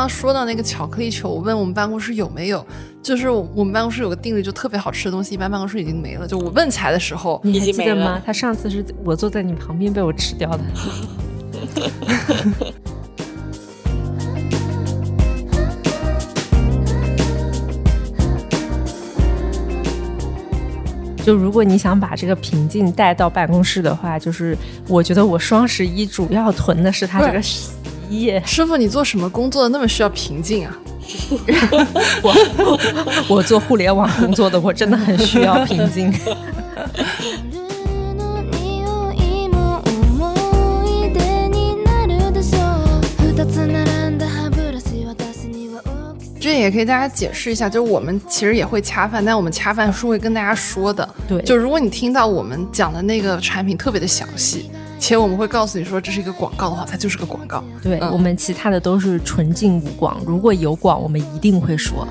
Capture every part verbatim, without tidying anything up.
刚说到那个巧克力球，我问我们办公室有没有，就是我们办公室有个定律，就特别好吃的东西一般办公室已经没了，就我问起来的时候你还记得吗？他上次是我坐在你旁边被我吃掉的就如果你想把这个平静带到办公室的话，就是我觉得我双十一主要囤的是它这个洗衣液。 师傅，你做什么工作的那么需要平静啊？ 我我做互联网工作的，我真的很需要平静。 这也可以大家解释一下，就是我们其实也会恰饭，但我们恰饭是会跟大家说的。 对， 就如果你听到我们讲的那个产品特别的详细，且我们会告诉你说这是一个广告的话，它就是个广告。 对、嗯、我们其他的都是纯净无广，如果有广我们一定会说。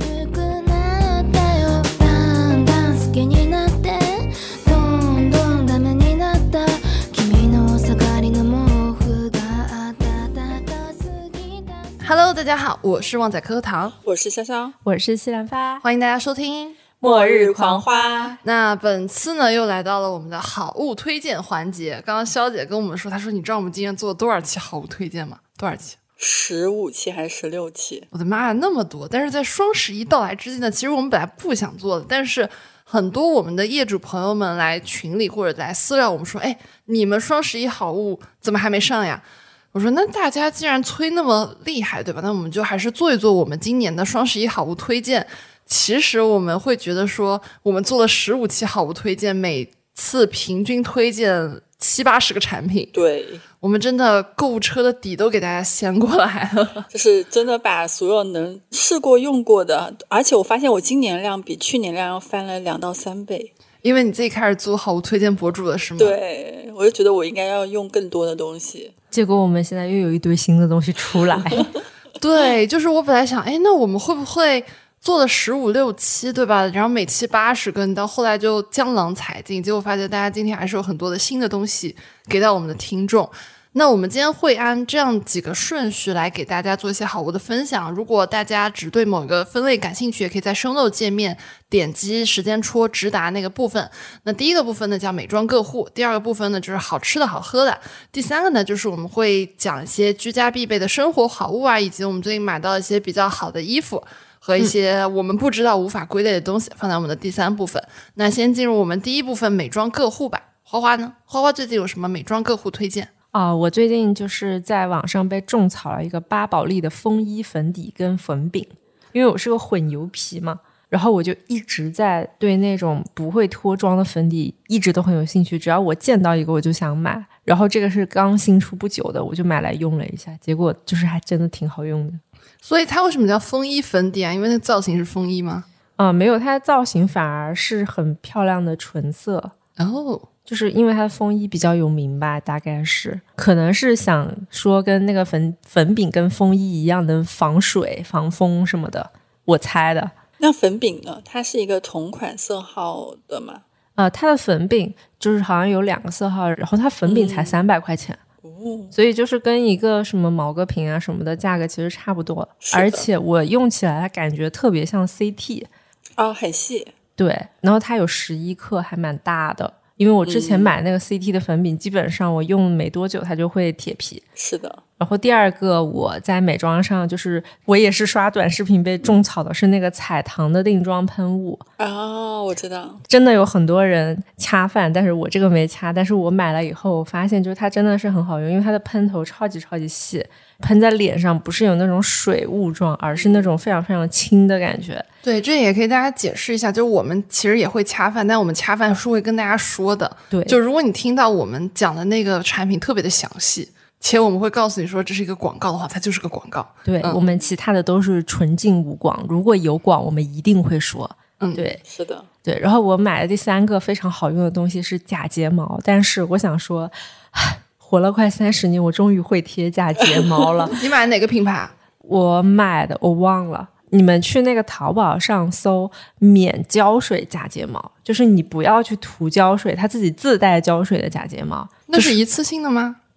Hello， 大家好，我是旺仔可可糖， 我是潇潇， 我是西兰花， 欢迎大家收听末日狂花。 那本次呢又来到了我们的好物推荐环节。刚刚肖姐跟我们说，她说你知道我们今天做了多少期好物推荐吗？多少期？ 十五期还是十六期？ 我的妈呀，那么多！但是在双十一到来之际呢，其实我们本来不想做的，但是很多我们的业主朋友们来群里或者来私聊我们说，哎，你们双十一好物怎么还没上呀？我说那大家既然催那么厉害，对吧？那我们就还是做一做我们今年的双十一好物推荐。其实我们会觉得说，我们做了十五期好物推荐，每次平均推荐七八十个产品， 对， 我们真的购物车的底都给大家掀过来了， 就是真的把所有能试过用过的，而且我发现我今年量比去年量要翻了两到三倍。 因为你自己开始做好物推荐博主了是吗？ 对，我就觉得我应该要用更多的东西， 结果我们现在又有一堆新的东西出来对，就是我本来想，哎，那我们会不会做了十五六期，对吧？然后每期八十个，你到后来就江郎才尽，结果发现大家今天还是有很多的新的东西给到我们的听众。那我们今天会按这样几个顺序来给大家做一些好物的分享。如果大家只对某个分类感兴趣，也可以在 show note 界面点击时间戳直达那个部分。那第一个部分呢叫美妆个护，第二个部分呢就是好吃的好喝的，第三个呢就是我们会讲一些居家必备的生活好物啊，以及我们最近买到一些比较好的衣服和一些我们不知道无法归类的东西，放在我们的第三部分。那先进入我们第一部分美妆个护吧。花花呢？花花最近有什么美妆个护推荐？ 啊、哦，我最近就是在网上被种草了一个巴宝莉的风衣粉底跟粉饼，因为我是个混油皮嘛，然后我就一直在对那种不会脱妆的粉底一直都很有兴趣，只要我见到一个我就想买，然后这个是刚新出不久的，我就买来用了一下，结果就是还真的挺好用的。 所以它为什么叫风衣粉底啊？因为那个造型是风衣吗？ 啊、呃，没有，它的造型反而是很漂亮的纯色。 哦， 就是因为它的风衣比较有名吧，大概是可能是想说跟那个粉粉饼跟风衣一样能防水防风什么的，我猜的。 那粉饼呢？它是一个同款色号的吗？ 呃，它的粉饼就是好像有两个色号，然后它粉饼才三百块钱、嗯、所以就是跟一个什么毛戈平啊什么的价格其实差不多，而且我用起来它感觉特别像 C T 哦，很细。 对，然后它有十一克，还蛮大的。因为我之前买那个 C T 的粉饼、嗯、基本上我用没多久它就会铁皮。 是的。 然后第二个我在美妆上就是我也是刷短视频被种草的是那个彩棠的定妆喷雾。 哦，我知道。 真的有很多人掐饭，但是我这个没掐，但是我买了以后我发现就是它真的是很好用，因为它的喷头超级超级细，喷在脸上不是有那种水雾状，而是那种非常非常轻的感觉。 对，这也可以大家解释一下，就是我们其实也会掐饭，但我们掐饭是会跟大家说的。 对， 就如果你听到我们讲的那个产品特别的详细，且我们会告诉你说这是一个广告的话，它就是个广告。 对、嗯、我们其他的都是纯净无广，如果有广我们一定会说。 嗯， 对， 是的， 对。然后我买的第三个非常好用的东西是假睫毛，但是我想说活了快三十年我终于会贴假睫毛了你买的哪个品牌？ 我买的我忘了，你们去那个淘宝上搜免胶水假睫毛，就是你不要去涂胶水，它自己自带胶水的假睫毛。 那是一次性的吗？ 对，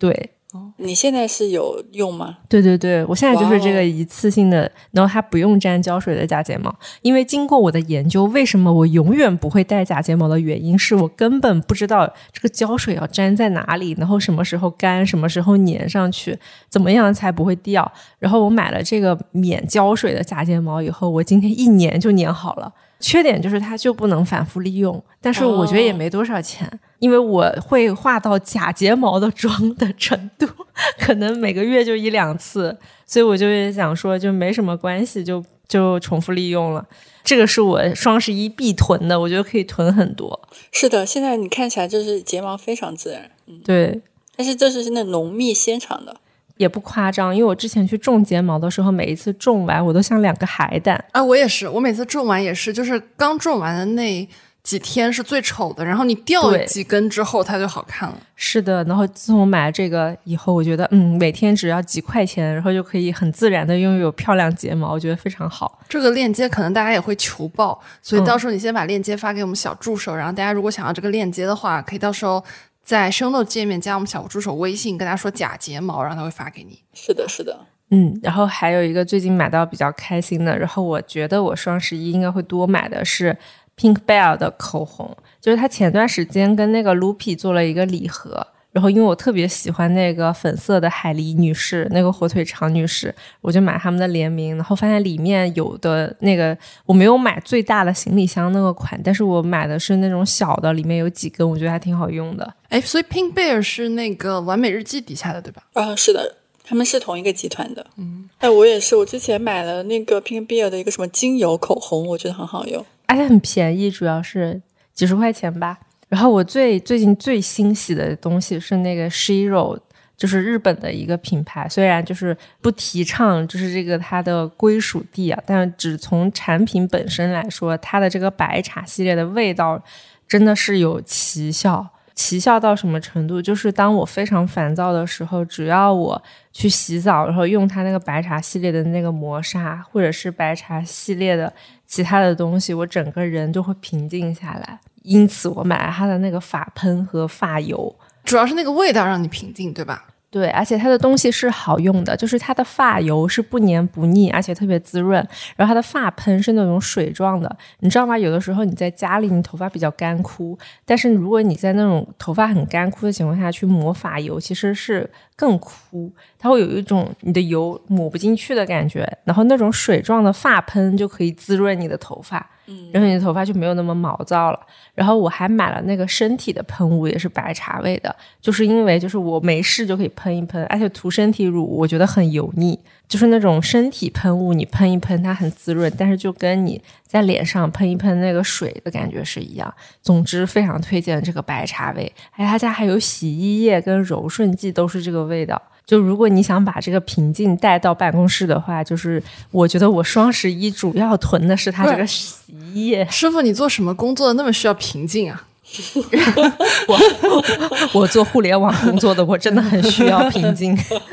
哦，你现在是有用吗？ 对对对，我现在就是这个一次性的，然后它不用沾胶水的假睫毛。因为经过我的研究，为什么我永远不会戴假睫毛的原因是我根本不知道这个胶水要粘在哪里，然后什么时候干，什么时候粘上去，怎么样才不会掉。然后我买了这个免胶水的假睫毛以后，我今天一粘就粘好了。缺点就是它就不能反复利用，但是我觉得也没多少钱、哦、因为我会画到假睫毛的妆的程度，可能每个月就一两次，所以我就想说就没什么关系，就就重复利用了。这个是我双十一必囤的，我觉得可以囤很多。 是的，现在你看起来就是睫毛非常自然、嗯、 对， 但是这是那浓密纤长的， 也不夸张，因为我之前去种睫毛的时候，每一次种完我都像两个海胆啊！我也是，我每次种完也是，就是刚种完的那几天是最丑的，然后你掉几根之后它就好看了。 是的，然后自从我买了这个以后，我觉得嗯，每天只要几块钱，然后就可以很自然的拥有漂亮睫毛，我觉得非常好。 这个链接可能大家也会求爆，所以到时候你先把链接发给我们小助手、嗯、然后大家如果想要这个链接的话，可以到时候在 show note 界面加我们小助手微信，跟他说假睫毛，然后他会发给你。 是的是的， 嗯，然后还有一个最近买到比较开心的，然后我觉得我双十一应该会多买的是 Pink Bear 的口红，就是他前段时间跟那个 Lupi 做了一个礼盒，然后因为我特别喜欢那个粉色的海狸女士，那个火腿肠女士，我就买他们的联名，然后发现里面有的那个我没有买最大的行李箱那个款，但是我买的是那种小的，里面有几根，我觉得还挺好用的。 哎，所以 Pink Bear 是那个完美日记底下的对吧？ 啊，是的，他们是同一个集团的。嗯，哎，我也是，我之前买了那个 Pink Bear 的一个什么精油口红，我觉得很好用， 而且很便宜，主要是几十块钱吧。然后我最最近最欣喜的东西是那个 Shiro， 就是日本的一个品牌，虽然就是不提倡就是这个它的归属地啊，但只从产品本身来说，它的这个白茶系列的味道真的是有奇效。奇效到什么程度，就是当我非常烦躁的时候，只要我去洗澡，然后用它那个白茶系列的那个磨砂，或者是白茶系列的其他的东西，我整个人就会平静下来。因此我买了它的那个发喷和发油， 主要是那个味道让你平静对吧？ 对，而且它的东西是好用的，就是它的发油是不黏不腻，而且特别滋润，然后它的发喷是那种水状的，你知道吗？有的时候你在家里你头发比较干枯，但是如果你在那种头发很干枯的情况下去抹发油，其实是更枯，它会有一种你的油抹不进去的感觉，然后那种水状的发喷就可以滋润你的头发，然后你的头发就没有那么毛躁了。然后我还买了那个身体的喷雾，也是白茶味的，就是因为就是我没事就可以喷一喷，而且涂身体乳我觉得很油腻，就是那种身体喷雾你喷一喷它很滋润，但是就跟你在脸上喷一喷那个水的感觉是一样。总之非常推荐这个白茶味，还有它家还有洗衣液跟柔顺剂都是这个味道。就如果你想把这个平静带到办公室的话，就是我觉得我双十一主要囤的是它这个洗衣液。 师傅，你做什么工作的那么需要平静啊？ 我我做互联网工作的，我真的很需要平静。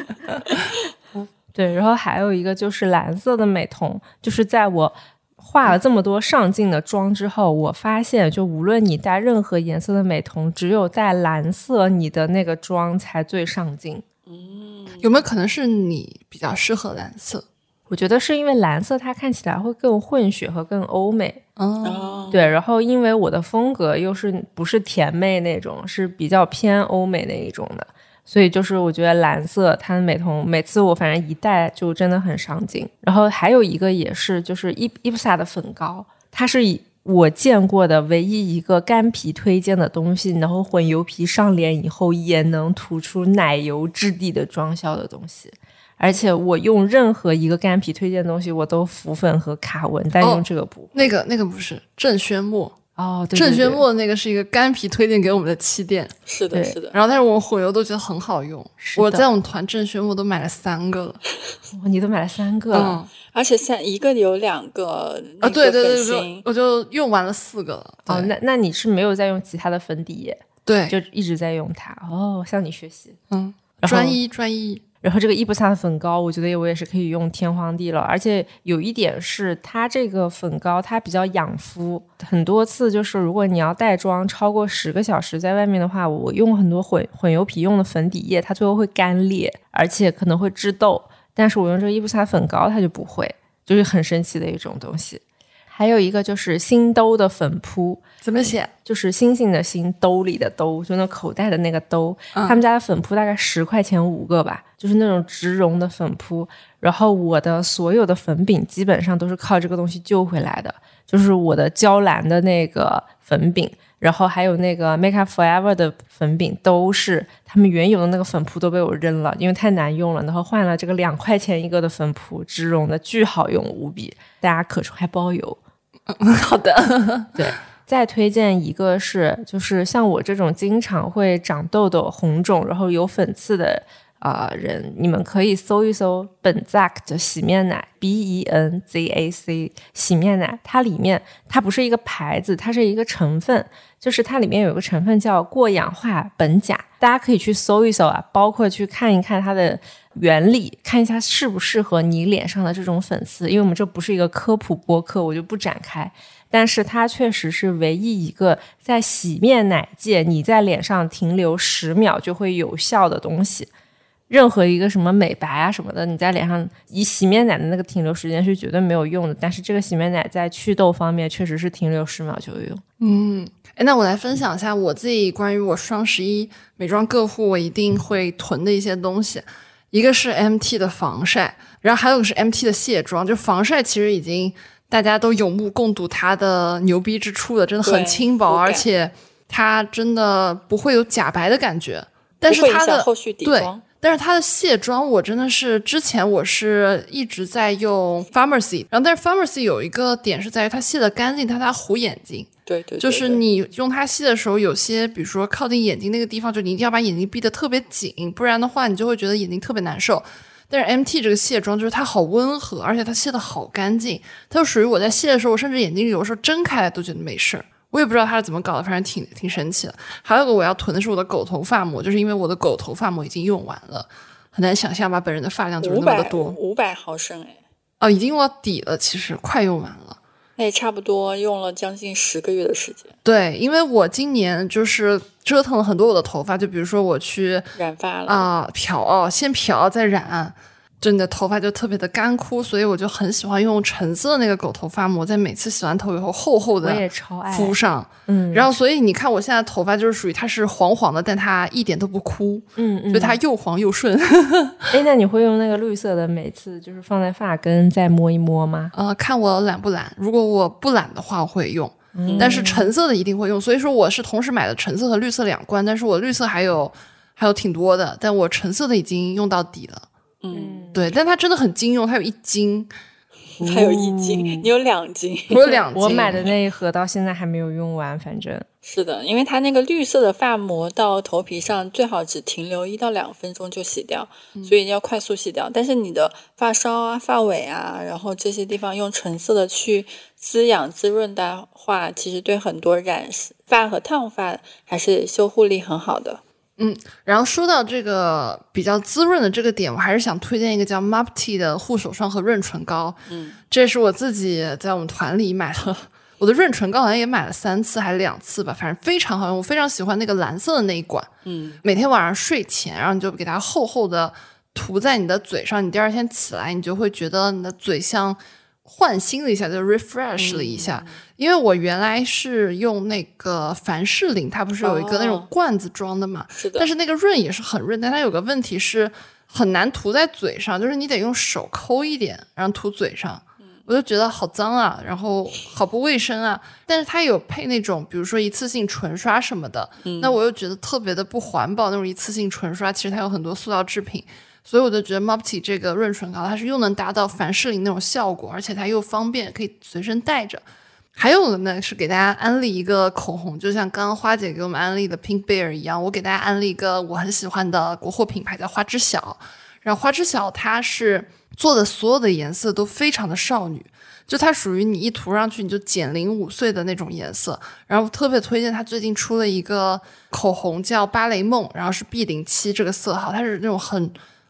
对，然后还有一个就是蓝色的美瞳，就是在我化了这么多上镜的妆之后，我发现就无论你戴任何颜色的美瞳，只有戴蓝色你的那个妆才最上镜。 嗯，有没有可能是你比较适合蓝色？ 我觉得是因为蓝色它看起来会更混血和更欧美。 哦， 对，然后因为我的风格又是不是甜妹那种，是比较偏欧美那一种的，所以就是我觉得蓝色它的美瞳每次我反正一戴就真的很上镜。然后还有一个也是就是伊伊普萨的粉膏，它是我见过的唯一一个干皮推荐的东西，然后混油皮上脸以后也能涂出奶油质地的妆效的东西。而且我用任何一个干皮推荐的东西我都浮粉和卡纹，但用这个不、哦、 那个那个不是正轩墨哦，对对对， 正轩墨那个是一个干皮推荐给我们的气垫， 是的是的， 然后但是我们混油都觉得很好用，我在我们团正轩墨都买了三个了。 哦、你都买了三个了、 嗯、 而且三一个有两个啊，对对对对，我就用完了四个了。 哦，那那你是没有在用其他的粉底液？ 对， 就一直在用它。哦，向你学习。 嗯，专一专一。 然后这个伊布萨的粉膏我觉得我也是可以用天荒地老，而且有一点是它这个粉膏它比较养肤，很多次就是如果你要带妆超过十个小时在外面的话，我用很多混混油皮用的粉底液它最后会干裂，而且可能会致痘，但是我用这个伊布萨粉膏它就不会，就是很神奇的一种东西。还有一个就是星兜的粉扑， 怎么写？ 就是星星的星，兜里的兜，就那口袋的那个兜、嗯、他们家的粉扑大概十块钱五个吧，就是那种植绒的粉扑。然后我的所有的粉饼基本上都是靠这个东西救回来的，就是我的娇兰的那个粉饼，然后还有那个 Make Up Forever 的粉饼，都是他们原有的那个粉扑都被我扔了，因为太难用了，然后换了这个两块钱一个的粉扑，植绒的巨好用无比，大家可冲还包邮。 好的。 对，再推荐一个是就是像我这种经常会长痘痘红肿然后有粉刺的呃人，你们可以搜一搜本 Zac 的洗面奶 B E N Z A C 洗面奶，它里面它不是一个牌子，它是一个成分，就是它里面有一个成分叫过氧化苯甲，大家可以去搜一搜啊，包括去看一看它的原理，看一下适不适合你脸上的这种粉刺，因为我们这不是一个科普播客，我就不展开，但是它确实是唯一一个在洗面奶界你在脸上停留十秒就会有效的东西。任何一个什么美白啊什么的，你在脸上以洗面奶的那个停留时间是绝对没有用的，但是这个洗面奶在祛痘方面确实是停留十秒就有用。 嗯，诶，那我来分享一下我自己关于我双十一美妆个户我一定会囤的一些东西。一个是 M T 的防晒，然后还有个是 M T 的卸妆。就防晒其实已经大家都有目共睹它的牛逼之处了，真的很轻薄，而且它真的不会有假白的感觉，但是它的后续底妆， 对，但是它的卸妆我真的是之前我是一直在用 Pharmacy， 然后但是 Pharmacy 有一个点是在于它卸得干净，它它糊眼睛。 对 对, 对, 对， 就是你用它吸的时候，有些比如说靠近眼睛那个地方，就你一定要把眼睛闭得特别紧，不然的话你就会觉得眼睛特别难受。但是 M T 这个卸妆就是它好温和，而且它卸得好干净，它就属于我在卸的时候，我甚至眼睛有的时候睁开来都觉得没事儿。我也不知道它是怎么搞的，反正挺挺神奇的。还有个我要囤的是我的狗头发膜，就是因为我的狗头发膜已经用完了，很难想象吧，本人的发量就是那么的多， 五百毫升哎， 哦，已经用到底了，其实快用完了。 那也差不多用了将近十个月的时间。 对，因为我今年就是折腾了很多我的头发，就比如说我去染发了啊、呃，漂哦，先漂再染，就你的头发就特别的干枯，所以我就很喜欢用橙色的那个狗头发膜，在每次洗完头以后厚厚的敷上。嗯，然后所以你看我现在头发就是属于它是黄黄的，但它一点都不枯，嗯嗯，所以它又黄又顺。 哎，那你会用那个绿色的，每次就是放在发根再摸一摸吗？ 呃，看我懒不懒，如果我不懒的话我会用。嗯、但是橙色的一定会用，所以说我是同时买了橙色和绿色两罐，但是我绿色还有还有挺多的，但我橙色的已经用到底了。嗯，对，但它真的很经用，它有一斤， 它有一斤，你有两斤， 我有两斤。 我买的那一盒到现在还没有用完，反正是的，因为它那个绿色的发膜到头皮上最好只停留一到两分钟就洗掉，嗯、所以要快速洗掉。但是你的发梢啊、发尾啊，然后这些地方用橙色的去滋养滋润的话，其实对很多染发和烫发还是修护力很好的。 嗯，然后说到这个比较滋润的这个点，我还是想推荐一个叫 Mupti 的护手霜和润唇膏。嗯，这是我自己在我们团里买的，我的润唇膏好像也买了三次还是两次吧，反正非常好用，我非常喜欢那个蓝色的那一管。嗯，每天晚上睡前，然后你就给它厚厚的涂在你的嘴上，你第二天起来，你就会觉得你的嘴像焕新了一下，就 refresh 了一下、嗯、因为我原来是用那个凡士林，它不是有一个那种罐子装的嘛、 哦、是的， 但是那个润也是很润，但它有个问题是很难涂在嘴上，就是你得用手抠一点然后涂嘴上、嗯、我就觉得好脏啊，然后好不卫生啊。但是它有配那种比如说一次性唇刷什么的、嗯、那我又觉得特别的不环保，那种一次性唇刷其实它有很多塑料制品，所以我就觉得 Mupti 这个润唇膏它是又能达到凡士林那种效果，而且它又方便可以随身带着。还有呢是给大家安利一个口红，就像刚刚花姐给我们安利的 Pink Bear 一样，我给大家安利一个我很喜欢的国货品牌叫花知晓。然后花知晓它是做的所有的颜色都非常的少女，就它属于你一涂上去你就减龄五岁的那种颜色。然后特别推荐它最近出了一个口红叫芭蕾梦，然后是 B 零七 这个色号，它是那种很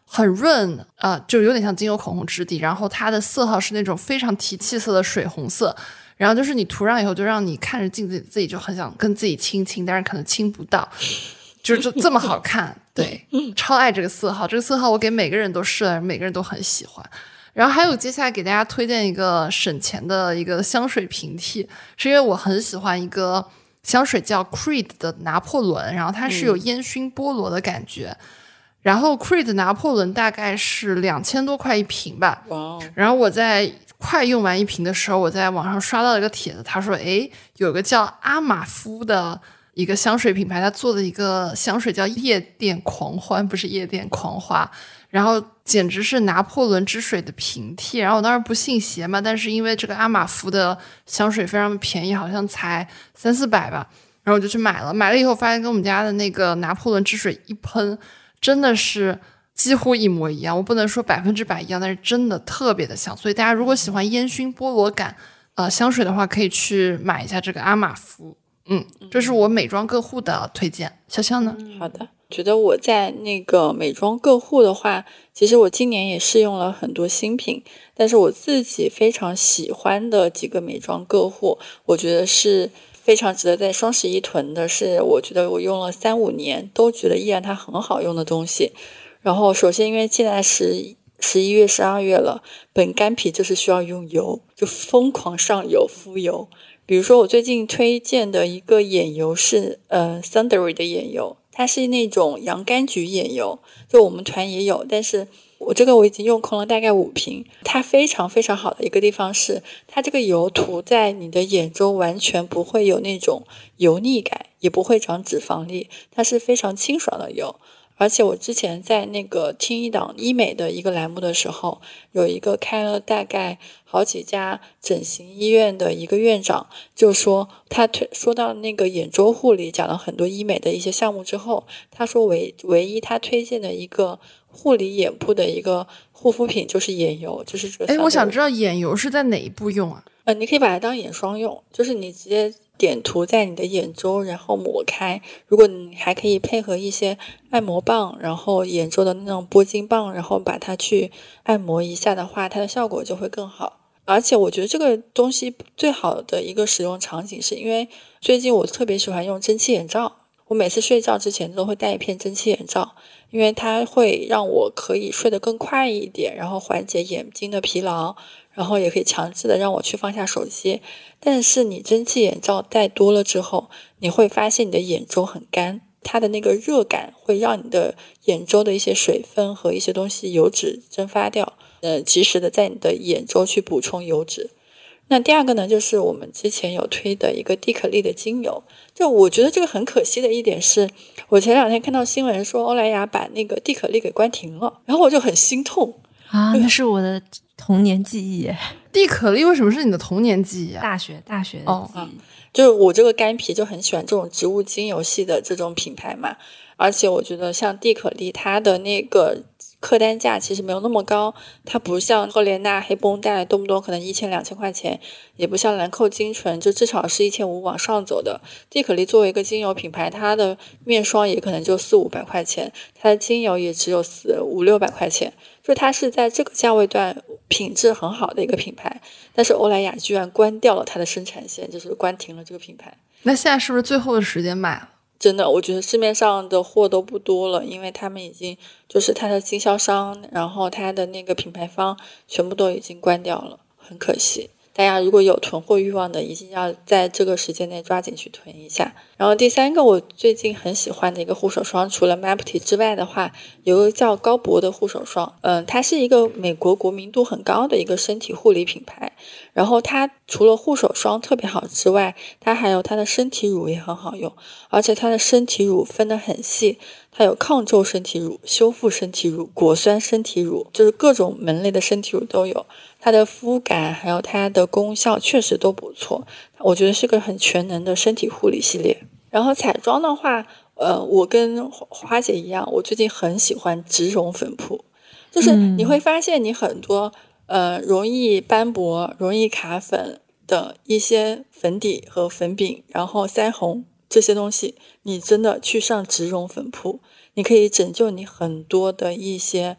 很润，呃，就有点像精油口红质地，然后它的色号是那种非常提气色的水红色，然后就是你涂上以后就让你看着镜子自己就很想跟自己亲亲，但是可能亲不到，就是就这么好看。对，超爱这个色号，这个色号我给每个人都试了，每个人都很喜欢。然后还有接下来给大家推荐一个省钱的一个香水平替，是因为我很喜欢一个香水叫 Creed 的拿破仑，然后它是有烟熏菠萝的感觉、嗯、然后 Creed 拿破仑大概是两千多块一瓶吧。 哇！ 然后我在快用完一瓶的时候，我在网上刷到一个帖子，他说诶，有个叫阿玛夫的一个香水品牌，他做的一个香水叫夜店狂欢，不是夜店狂花，然后简直是拿破仑之水的平替。然后我当时不信邪嘛，但是因为这个阿玛夫的香水非常的便宜，好像才三四百吧，然后我就去买了。买了以后发现跟我们家的那个拿破仑之水一喷，真的是几乎一模一样。我不能说百分之百一样，但是真的特别的像。所以大家如果喜欢烟熏菠萝感呃香水的话，可以去买一下这个阿玛夫。嗯，这是我美妆个护的推荐。小香呢？ 好的，觉得我在那个美妆个护的话，其实我今年也试用了很多新品，但是我自己非常喜欢的几个美妆个护，我觉得是非常值得在双十一囤的，是我觉得我用了三五年都觉得依然它很好用的东西。然后首先因为现在是十一月十二月了，本干皮就是需要用油，就疯狂上油敷油。比如说我最近推荐的一个眼油是呃 Sundery 的眼油，它是那种洋甘菊眼油，就我们团也有，但是我这个我已经用空了大概五瓶。它非常非常好的一个地方是它这个油涂在你的眼周完全不会有那种油腻感，也不会长脂肪粒，它是非常清爽的油。而且我之前在那个听一档医美的一个栏目的时候，有一个开了大概好几家整形医院的一个院长就说，他推说到那个眼周护理，讲了很多医美的一些项目之后，他说唯唯一他推荐的一个护理眼部的一个护肤品就是眼油，就是这个。 哎，我想知道眼油是在哪一步用啊？ 呃，你可以把它当眼霜用，就是你直接点涂在你的眼周，然后抹开。如果你还可以配合一些按摩棒，然后眼周的那种拨筋棒，然后把它去按摩一下的话，它的效果就会更好。而且我觉得这个东西最好的一个使用场景是因为最近我特别喜欢用蒸汽眼罩，我每次睡觉之前都会戴一片蒸汽眼罩，因为它会让我可以睡得更快一点，然后缓解眼睛的疲劳，然后也可以强制的让我去放下手机。但是你蒸汽眼罩戴多了之后，你会发现你的眼周很干，它的那个热感会让你的眼周的一些水分和一些东西油脂蒸发掉，呃，及时的在你的眼周去补充油脂。那第二个呢，就是我们之前有推的一个蒂可丽的精油。就我觉得这个很可惜的一点是，我前两天看到新闻说欧莱雅把那个蒂可丽给关停了，然后我就很心痛啊，那是我的童年记忆耶。 蒂可丽为什么是你的童年记忆啊？ 大学大学的记忆、哦、 就是我这个干皮就很喜欢这种植物精油系的这种品牌嘛，而且我觉得像蒂可丽它的那个客单价其实没有那么高，它不像赫莲娜黑绷带动不动可能一千两千块钱，也不像兰蔻精纯就至少是一千五往上走的。蒂可丽作为一个精油品牌，它的面霜也可能就四五百块钱，它的精油也只有四五六百块钱，就它是在这个价位段品质很好的一个品牌。但是欧莱雅居然关掉了它的生产线，就是关停了这个品牌。 那现在是不是最后的时间买了？ 真的，我觉得市面上的货都不多了，因为他们已经就是它的经销商，然后它的那个品牌方全部都已经关掉了，很可惜。大家如果有囤货欲望的，一定要在这个时间内抓紧去囤一下。然后第三个我最近很喜欢的一个护手霜，除了 Mapti 之外的话，有个叫高博的护手霜。嗯，它是一个美国国民度很高的一个身体护理品牌。然后它除了护手霜特别好之外，它还有它的身体乳也很好用，而且它的身体乳分得很细，它有抗皱身体乳、修复身体乳、果酸身体乳，就是各种门类的身体乳都有。它的肤感还有它的功效确实都不错，我觉得是个很全能的身体护理系列。然后彩妆的话，呃，我跟花姐一样，我最近很喜欢植绒粉扑，就是你会发现你很多、嗯、呃容易斑驳、容易卡粉的一些粉底和粉饼，然后腮红这些东西，你真的去上植绒粉扑，你可以拯救你很多的一些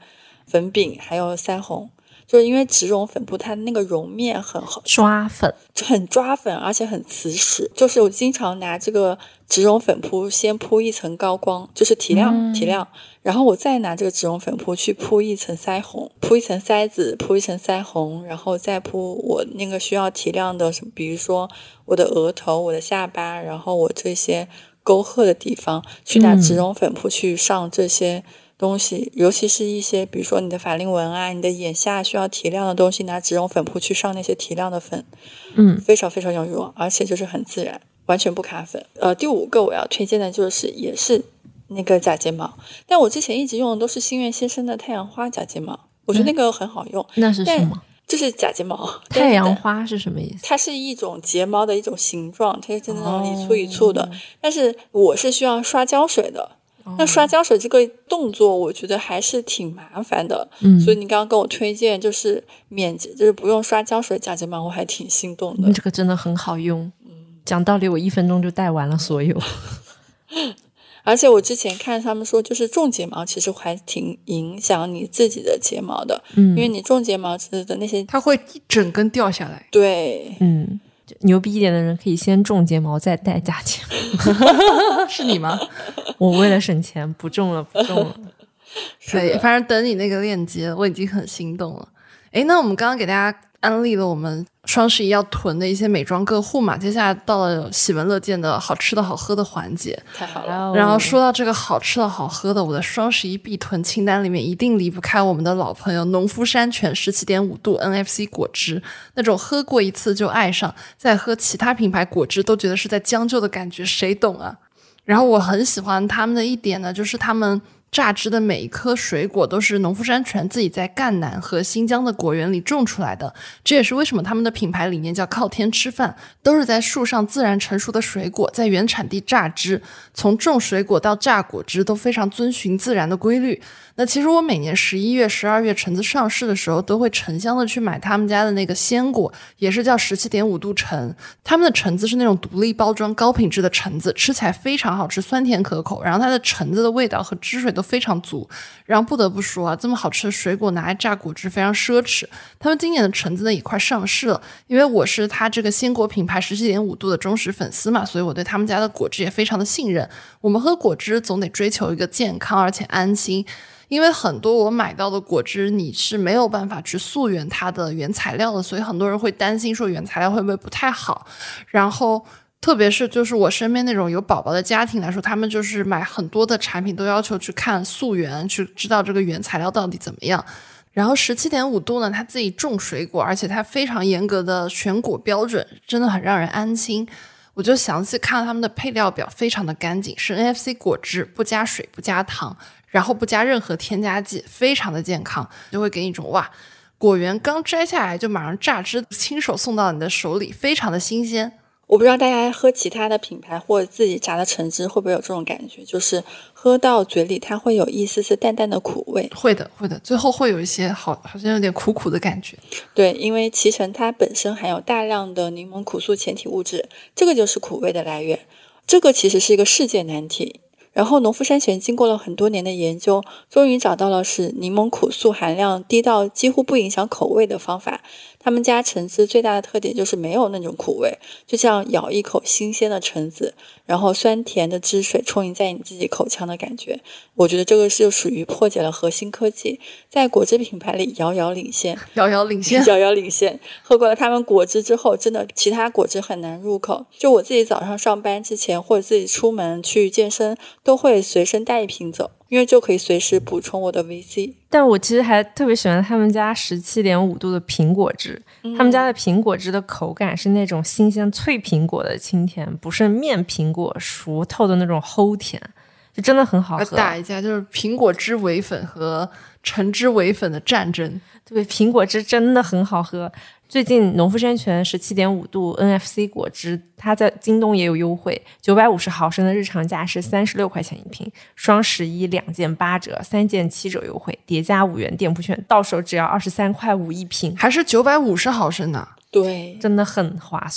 粉饼还有腮红。就是因为植绒粉扑它的那个绒面很好抓粉， 很抓粉，而且很磁石。就是我经常拿这个植绒粉扑先扑一层高光，就是提亮、嗯、提亮，然后我再拿这个植绒粉扑去扑一层腮红，扑一层腮子，扑一层腮红，然后再扑我那个需要提亮的什么，比如说我的额头、我的下巴，然后我这些沟壑的地方去拿植绒粉扑去上这些东西、嗯、尤其是一些比如说你的法令纹啊，你的眼下需要提亮的东西，拿植绒粉扑去上那些提亮的粉， 嗯， 非常非常有用，而且就是很自然，完全不卡粉。呃，第五个我要推荐的就是也是那个假睫毛，但我之前一直用的都是心愿先生的太阳花假睫毛，我觉得那个很好用、 嗯、那是什么？ 就是假睫毛。 太阳花是什么意思？ 它是一种睫毛的一种形状，它是那种一簇一簇的、哦、但是我是需要刷胶水的，那刷胶水这个动作我觉得还是挺麻烦的、嗯、所以你刚刚跟我推荐就是免就是不用刷胶水假睫毛，我还挺心动的、 嗯、这个真的很好用、嗯、讲道理我一分钟就带完了所有而且我之前看他们说就是种睫毛其实还挺影响你自己的睫毛的、嗯、因为你种睫毛的那些它会一整根掉下来。 对， 嗯，牛逼一点的人可以先种睫毛再戴假睫毛是你吗？ 我为了省钱不种了不种了对，反正等你那个链接我已经很心动了。诶，那我们刚刚给大家安利了我们双十一要囤的一些美妆个护嘛，接下来到了喜闻乐见的好吃的好喝的环节。 太好了。 然后说到这个好吃的好喝的，我的双十一必囤清单里面一定离不开我们的老朋友农夫山泉 十七点五 度 N F C 果汁，那种喝过一次就爱上，再喝其他品牌果汁都觉得是在将就的感觉，谁懂啊？然后我很喜欢他们的一点呢，就是他们榨汁的每一颗水果都是农夫山泉自己在赣南和新疆的果园里种出来的，这也是为什么他们的品牌理念叫靠天吃饭，都是在树上自然成熟的水果在原产地榨汁，从种水果到榨果汁都非常遵循自然的规律。那其实我每年十一月十二月橙子上市的时候都会成箱的去买他们家的那个鲜果，也是叫 十七点五 度橙，他们的橙子是那种独立包装高品质的橙子，吃起来非常好吃，酸甜可口，然后它的橙子的味道和汁水都非常足。然后不得不说啊，这么好吃的水果拿来榨果汁非常奢侈。他们今年的橙子呢也快上市了，因为我是他这个鲜果品牌 十七点五 度的忠实粉丝嘛，所以我对他们家的果汁也非常的信任。我们喝果汁总得追求一个健康而且安心，因为很多我买到的果汁你是没有办法去溯源它的原材料的，所以很多人会担心说原材料会不会不太好。然后特别是就是我身边那种有宝宝的家庭来说，他们就是买很多的产品都要求去看溯源，去知道这个原材料到底怎么样。然后 十七点五 度呢，他自己种水果，而且他非常严格的选果标准，真的很让人安心。我就详细看了他们的配料表，非常的干净，是 N F C 果汁，不加水不加糖，然后不加任何添加剂，非常的健康，就会给你一种哇，果园刚摘下来就马上榨汁，亲手送到你的手里，非常的新鲜。 我不知道大家喝其他的品牌或者自己榨的橙汁会不会有这种感觉，就是喝到嘴里它会有一丝丝淡淡的苦味。 会的会的，最后会有一些好好像有点苦苦的感觉。 对，因为脐橙它本身含有大量的柠檬苦素前体物质，这个就是苦味的来源，这个其实是一个世界难题。然后农夫山泉经过了很多年的研究，终于找到了使柠檬苦素含量低到几乎不影响口味的方法。他们家橙汁最大的特点就是没有那种苦味，就像咬一口新鲜的橙子，然后酸甜的汁水充盈在你自己口腔的感觉。我觉得这个是属于破解了核心科技，在果汁品牌里遥遥领先， 遥遥领先， 遥遥领先。喝过了他们果汁之后，真的其他果汁很难入口。就我自己早上上班之前，或者自己出门去健身，都会随身带一瓶走，因为就可以随时补充我的 V C。 但我其实还特别喜欢他们家 十七点五 度的苹果汁、嗯、他们家的苹果汁的口感是那种新鲜脆苹果的清甜，不是面苹果熟透的那种齁甜，就真的很好喝。 打一架就是苹果汁唯粉和橙汁唯粉的战争。 对，苹果汁真的很好喝。最近农夫山泉 十七点五 度 N F C 果汁它在京东也有优惠，九百五十毫升的日常价是三十六块钱一瓶，双十一两件八折，三件七折优惠，叠加五元店铺券，到手只要二十三块五一瓶， 还是九百五十毫升呢。 对， 真的很划算。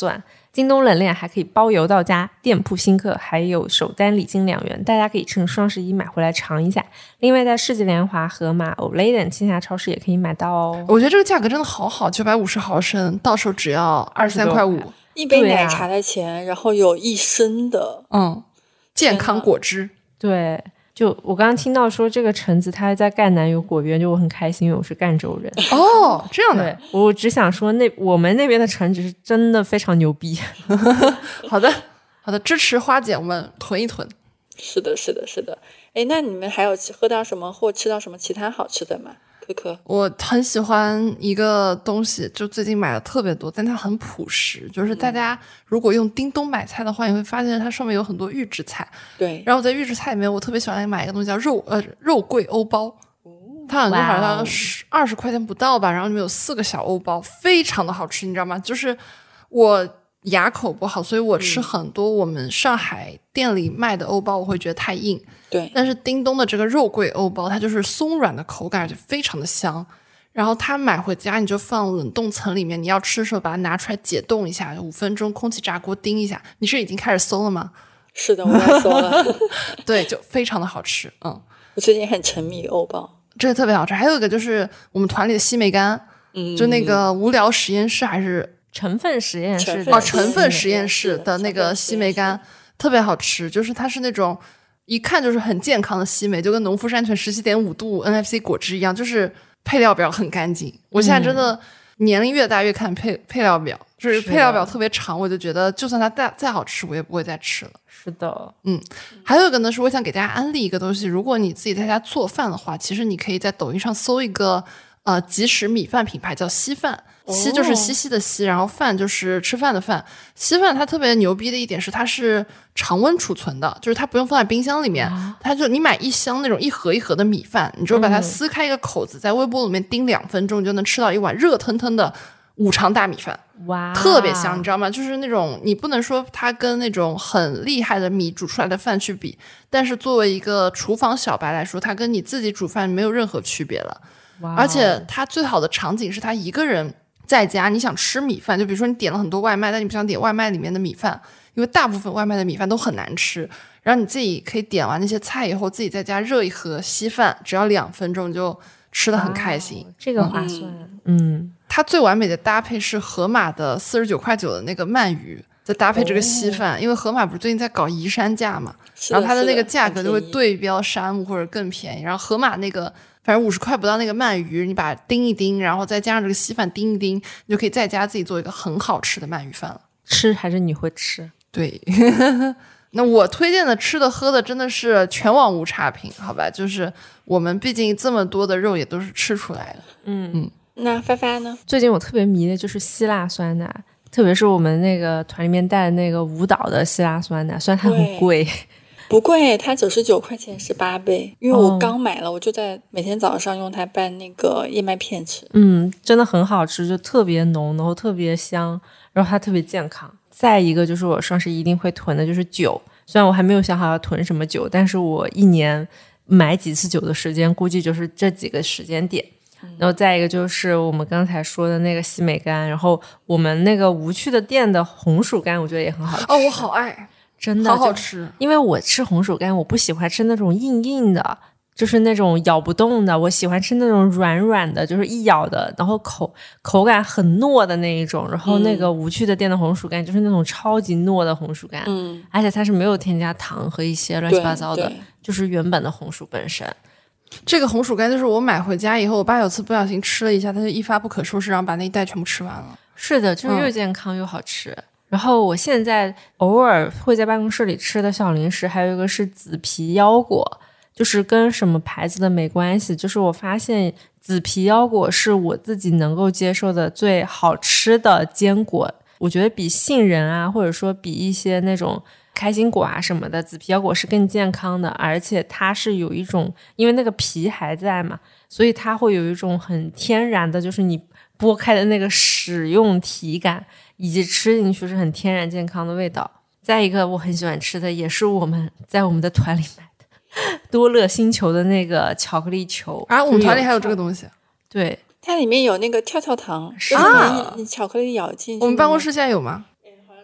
京东冷链还可以包邮到家，店铺新客还有首单礼金两元，大家可以趁双十一买回来尝一下。另外在世纪联华、盒马、Olay 等线下超市也可以买到哦。 我觉得这个价格真的好好，九百五十毫升，到手只要二十三块五， 一杯奶茶的钱，然后有一升的嗯健康果汁。 对。就我刚刚听到说这个橙子它在赣南有果园，就我很开心，因为我是赣州人。 哦，这样的。 对，我只想说那我们那边的橙子是真的非常牛逼。 好的好的，支持花姐，我们囤一囤。 是的是的是的。哎，那你们还有喝到什么或吃到什么其他好吃的吗？可可， 我很喜欢一个东西，就最近买的特别多，但它很朴实。就是大家如果用叮咚买菜的话，你会发现它上面有很多预制菜。 对。 然后在预制菜里面，我特别喜欢买一个东西叫肉呃肉桂欧包，它好像好像二十块钱不到吧，然后里面有四个小欧包，非常的好吃，你知道吗？就是我牙口不好，所以我吃很多我们上海店里卖的欧包，我会觉得太硬。 对， 但是叮咚的这个肉桂欧包，它就是松软的口感，而且非常的香。然后它买回家你就放冷冻层里面，你要吃的时候把它拿出来解冻一下，五分钟空气炸锅叮一下。你是已经开始搜了吗？ 是的，我在搜了。 对，就非常的好吃。嗯， 我最近很沉迷欧包， 这个特别好吃。还有一个就是我们团里的西梅干， 嗯， 就那个无聊实验室还是成分实验室哦，成分实验室的那个西梅干特别好吃，就是它是那种一看就是很健康的西梅，就跟农夫山泉十七点五度 N F C 果汁一样，就是配料表很干净。我现在真的年龄越大越看配配料表，就是配料表特别长，我就觉得就算它再再好吃，我也不会再吃了。 是的， 嗯，还有一个呢，是我想给大家安利一个东西，如果你自己在家做饭的话，其实你可以在抖音上搜一个呃即食米饭品牌，叫稀饭。稀就是稀稀的稀，然后饭就是吃饭的饭。稀饭它特别牛逼的一点是它是常温储存的，就是它不用放在冰箱里面，啊、它就你买一箱那种一盒一盒的米饭，你就把它撕开一个口子，嗯、在微波炉里面叮两分钟，你就能吃到一碗热腾腾的五常大米饭。 哇， 特别香，你知道吗？就是那种你不能说它跟那种很厉害的米煮出来的饭去比，但是作为一个厨房小白来说，它跟你自己煮饭没有任何区别了。 哇， 而且它最好的场景是他一个人在家，你想吃米饭，就比如说你点了很多外卖，但你不想点外卖里面的米饭，因为大部分外卖的米饭都很难吃，然后你自己可以点完那些菜以后，自己在家热一盒稀饭，只要两分钟就吃得很开心。 这个划算。嗯， 它最完美的搭配是盒马的四十九块九的那个鳗鱼，再搭配这个稀饭、哦、因为盒马不是最近在搞移山价嘛，然后它的那个价格就会对标山姆或者更便宜，然后盒马那个反正五十块不到那个鳗鱼，你把它叮一叮，然后再加上这个稀饭叮一叮，你就可以在家自己做一个很好吃的鳗鱼饭了。 吃还是你会吃？ 对。那我推荐的吃的喝的真的是全网无差评，好吧，就是我们毕竟这么多的肉也都是吃出来的。 嗯嗯， 那发发呢？ 最近我特别迷的就是希腊酸奶，特别是我们那个团里面带的那个舞蹈的希腊酸奶，虽然它很贵。 不贵，它九十九块钱是八倍，因为我刚买了、哦、我就在每天早上用它拌那个燕麦片吃。 嗯，真的很好吃，就特别浓，然后特别香，然后它特别健康。再一个就是我双十一一定会囤的就是酒，虽然我还没有想好要囤什么酒，但是我一年买几次酒的时间估计就是这几个时间点。然后再一个就是我们刚才说的那个西美干，然后我们那个无趣的店的红薯干我觉得也很好吃。 哦，我好爱， 真的好好吃。 因为我吃红薯干我不喜欢吃那种硬硬的，就是那种咬不动的，我喜欢吃那种软软的，就是一咬的然后口口感很糯的那一种。然后那个无趣的店的红薯干就是那种超级糯的红薯干， 嗯， 而且它是没有添加糖和一些乱七八糟的，就是原本的红薯本身。 这个红薯干就是我买回家以后，我爸有次不小心吃了一下，他就一发不可收拾，然后把那一袋全部吃完了。 是的，就是又健康又好吃、嗯、然后我现在偶尔会在办公室里吃的小零食还有一个是紫皮腰果，就是跟什么牌子的没关系，就是我发现紫皮腰果是我自己能够接受的最好吃的坚果，我觉得比杏仁啊或者说比一些那种开心果啊什么的，紫皮腰果是更健康的，而且它是有一种因为那个皮还在嘛，所以它会有一种很天然的，就是你剥开的那个使用体感，以及吃进去是很天然健康的味道。再一个我很喜欢吃的也是我们在我们的团里买的多乐星球的那个巧克力球啊，我们团里还有这个东西。 对， 它里面有那个跳跳糖， 是啊，你巧克力咬进去。 我们办公室现在有吗？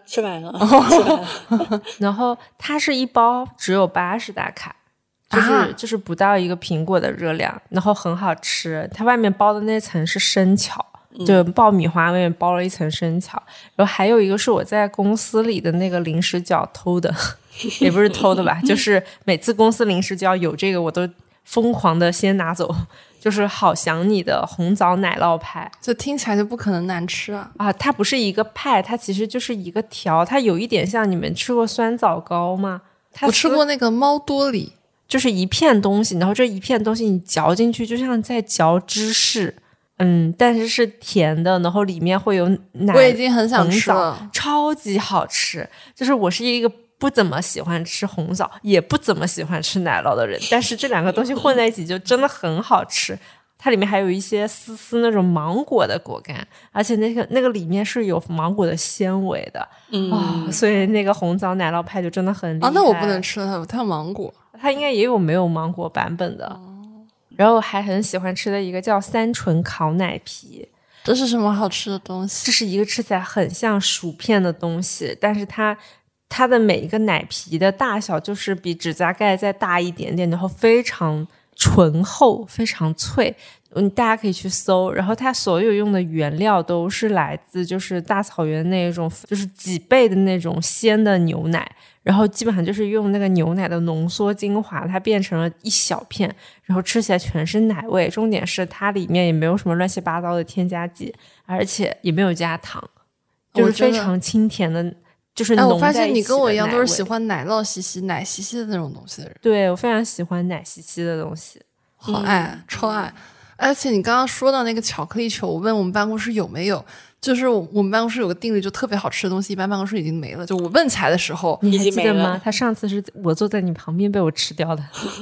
吃完了，吃完了。 然后它是一包只有八十大卡，就是、啊、就是不到一个苹果的热量，然后很好吃。它外面包的那层是生巧，就爆米花外面包了一层生巧，然后还有一个是我在公司里的那个零食角偷的，也不是偷的吧，就是每次公司零食角有这个我都疯狂的先拿走，就是好想你的红枣奶酪派。 这听起来就不可能难吃啊！ 啊，它不是一个派，它其实就是一个条，它有一点像你们吃过酸枣糕吗？ 我吃过那个猫多里， 就是一片东西，然后这一片东西你嚼进去就像在嚼芝士。嗯，但是是甜的，然后里面会有奶， 我已经很想吃了， 超级好吃。就是我是一个不怎么喜欢吃红枣，也不怎么喜欢吃奶酪的人，但是这两个东西混在一起就真的很好吃。它里面还有一些丝丝那种芒果的果干，而且那个那个里面是有芒果的纤维的， 嗯、 哦，所以那个红枣奶酪派就真的很厉害。 啊，那我不能吃了，它有芒果， 它应该也有没有芒果版本的。哦，然后还很喜欢吃的一个叫三纯烤奶皮， 这是什么好吃的东西？ 这是一个吃起来很像薯片的东西，但是它它的每一个奶皮的大小就是比指甲盖再大一点点，然后非常醇厚，非常脆。嗯，大家可以去搜，然后它所有用的原料都是来自就是大草原那种就是几倍的那种鲜的牛奶，然后基本上就是用那个牛奶的浓缩精华，它变成了一小片，然后吃起来全是奶味。重点是它里面也没有什么乱七八糟的添加剂，而且也没有加糖，就是非常清甜的，就是浓在一起的奶味。 哎，我发现你跟我一样都是喜欢奶酪兮兮、奶兮兮的那种东西的人。 对，我非常喜欢奶兮兮的东西， 好爱，嗯、超爱。而且你刚刚说到那个巧克力球，我问我们办公室有没有，就是我们办公室有个定律，就特别好吃的东西一般办公室已经没了，就我问起来的时候你还记得吗？他上次是我坐在你旁边被我吃掉的。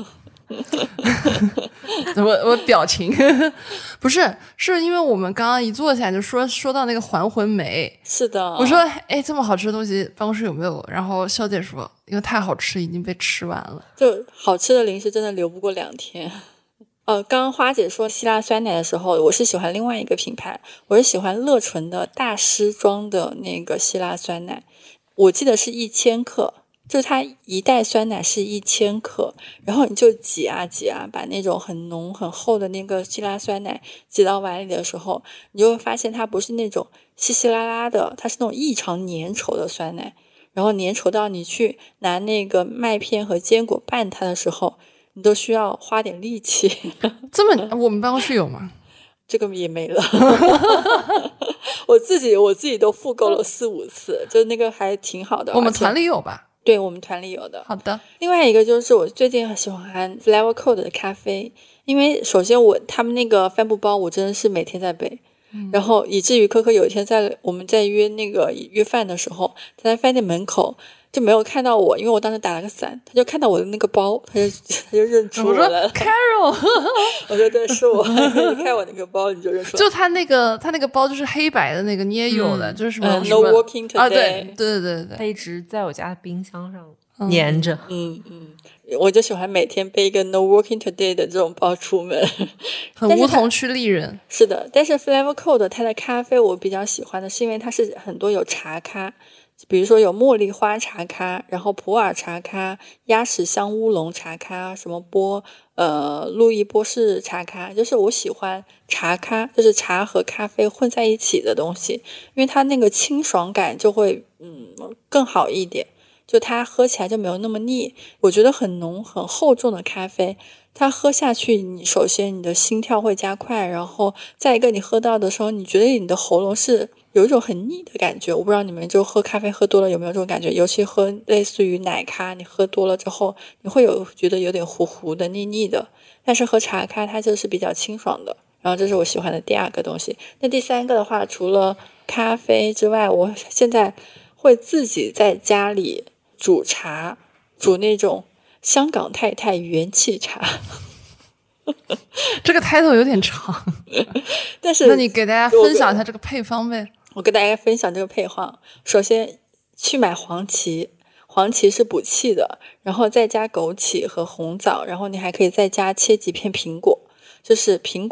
我我表情不是，是因为我们刚刚一坐下来就说说到那个还魂梅。 是的， 我说哎，这么好吃的东西办公室有没有？然后肖姐说因为太好吃已经被吃完了， 就好吃的零食真的留不过两天。呃，刚刚花姐说希腊酸奶的时候，我是喜欢另外一个品牌，我是喜欢乐纯的大师装的那个希腊酸奶，我记得是一千克，就是它一袋酸奶是一千克，然后你就挤啊挤啊，把那种很浓很厚的那个希腊酸奶挤到碗里的时候，你就会发现它不是那种稀稀拉拉的，它是那种异常粘稠的酸奶，然后粘稠到你去拿那个麦片和坚果拌它的时候你都需要花点力气。 这么我们办公室有吗？ 这个也没了。我自己我自己都复购了四五次，就那个还挺好的。 我们团里有吧？ 对，我们团里有的。 好的。 另外一个就是我最近很喜欢 Flavor Code 的咖啡，因为首先我他们那个帆布包我真的是每天在背、嗯、然后以至于科科有一天在我们在约那个约饭的时候，他在饭店门口就没有看到我，因为我当时打了个伞，他就看到我的那个包，他就他就认出我来了。 我说 Carol 我说对，是我。你看我那个包你就认出来。 就他那个他那个包就是黑白的那个你也有的、嗯、就是什么、 嗯、No Working Today、 啊、对对对对， 他一直在我家的冰箱上粘着。 嗯嗯，我就喜欢每天背一个 No Working Today 的这种包出门， 很梧桐区丽人。 是的，但是 Flavor Code 它的咖啡我比较喜欢的是因为它是很多有茶咖，比如说有茉莉花茶咖，然后普洱茶咖、鸭屎香乌龙茶咖，什么波呃路易波士茶咖，就是我喜欢茶咖，就是茶和咖啡混在一起的东西，因为它那个清爽感就会嗯更好一点，就它喝起来就没有那么腻。我觉得很浓很厚重的咖啡，它喝下去你首先你的心跳会加快，然后再一个你喝到的时候你觉得你的喉咙是有一种很腻的感觉。我不知道你们就喝咖啡喝多了有没有这种感觉，尤其喝类似于奶咖，你喝多了之后你会有觉得有点糊糊的腻腻的，但是喝茶咖它就是比较清爽的。然后这是我喜欢的第二个东西。那第三个的话，除了咖啡之外，我现在会自己在家里煮茶，煮那种香港太太元气茶。 这个 title 有点长， 但是那你给大家分享一下这个配方呗。 我跟大家分享这个配方，首先去买黄芪，黄芪是补气的，然后再加枸杞和红枣，然后你还可以再加切几片苹果，就是苹果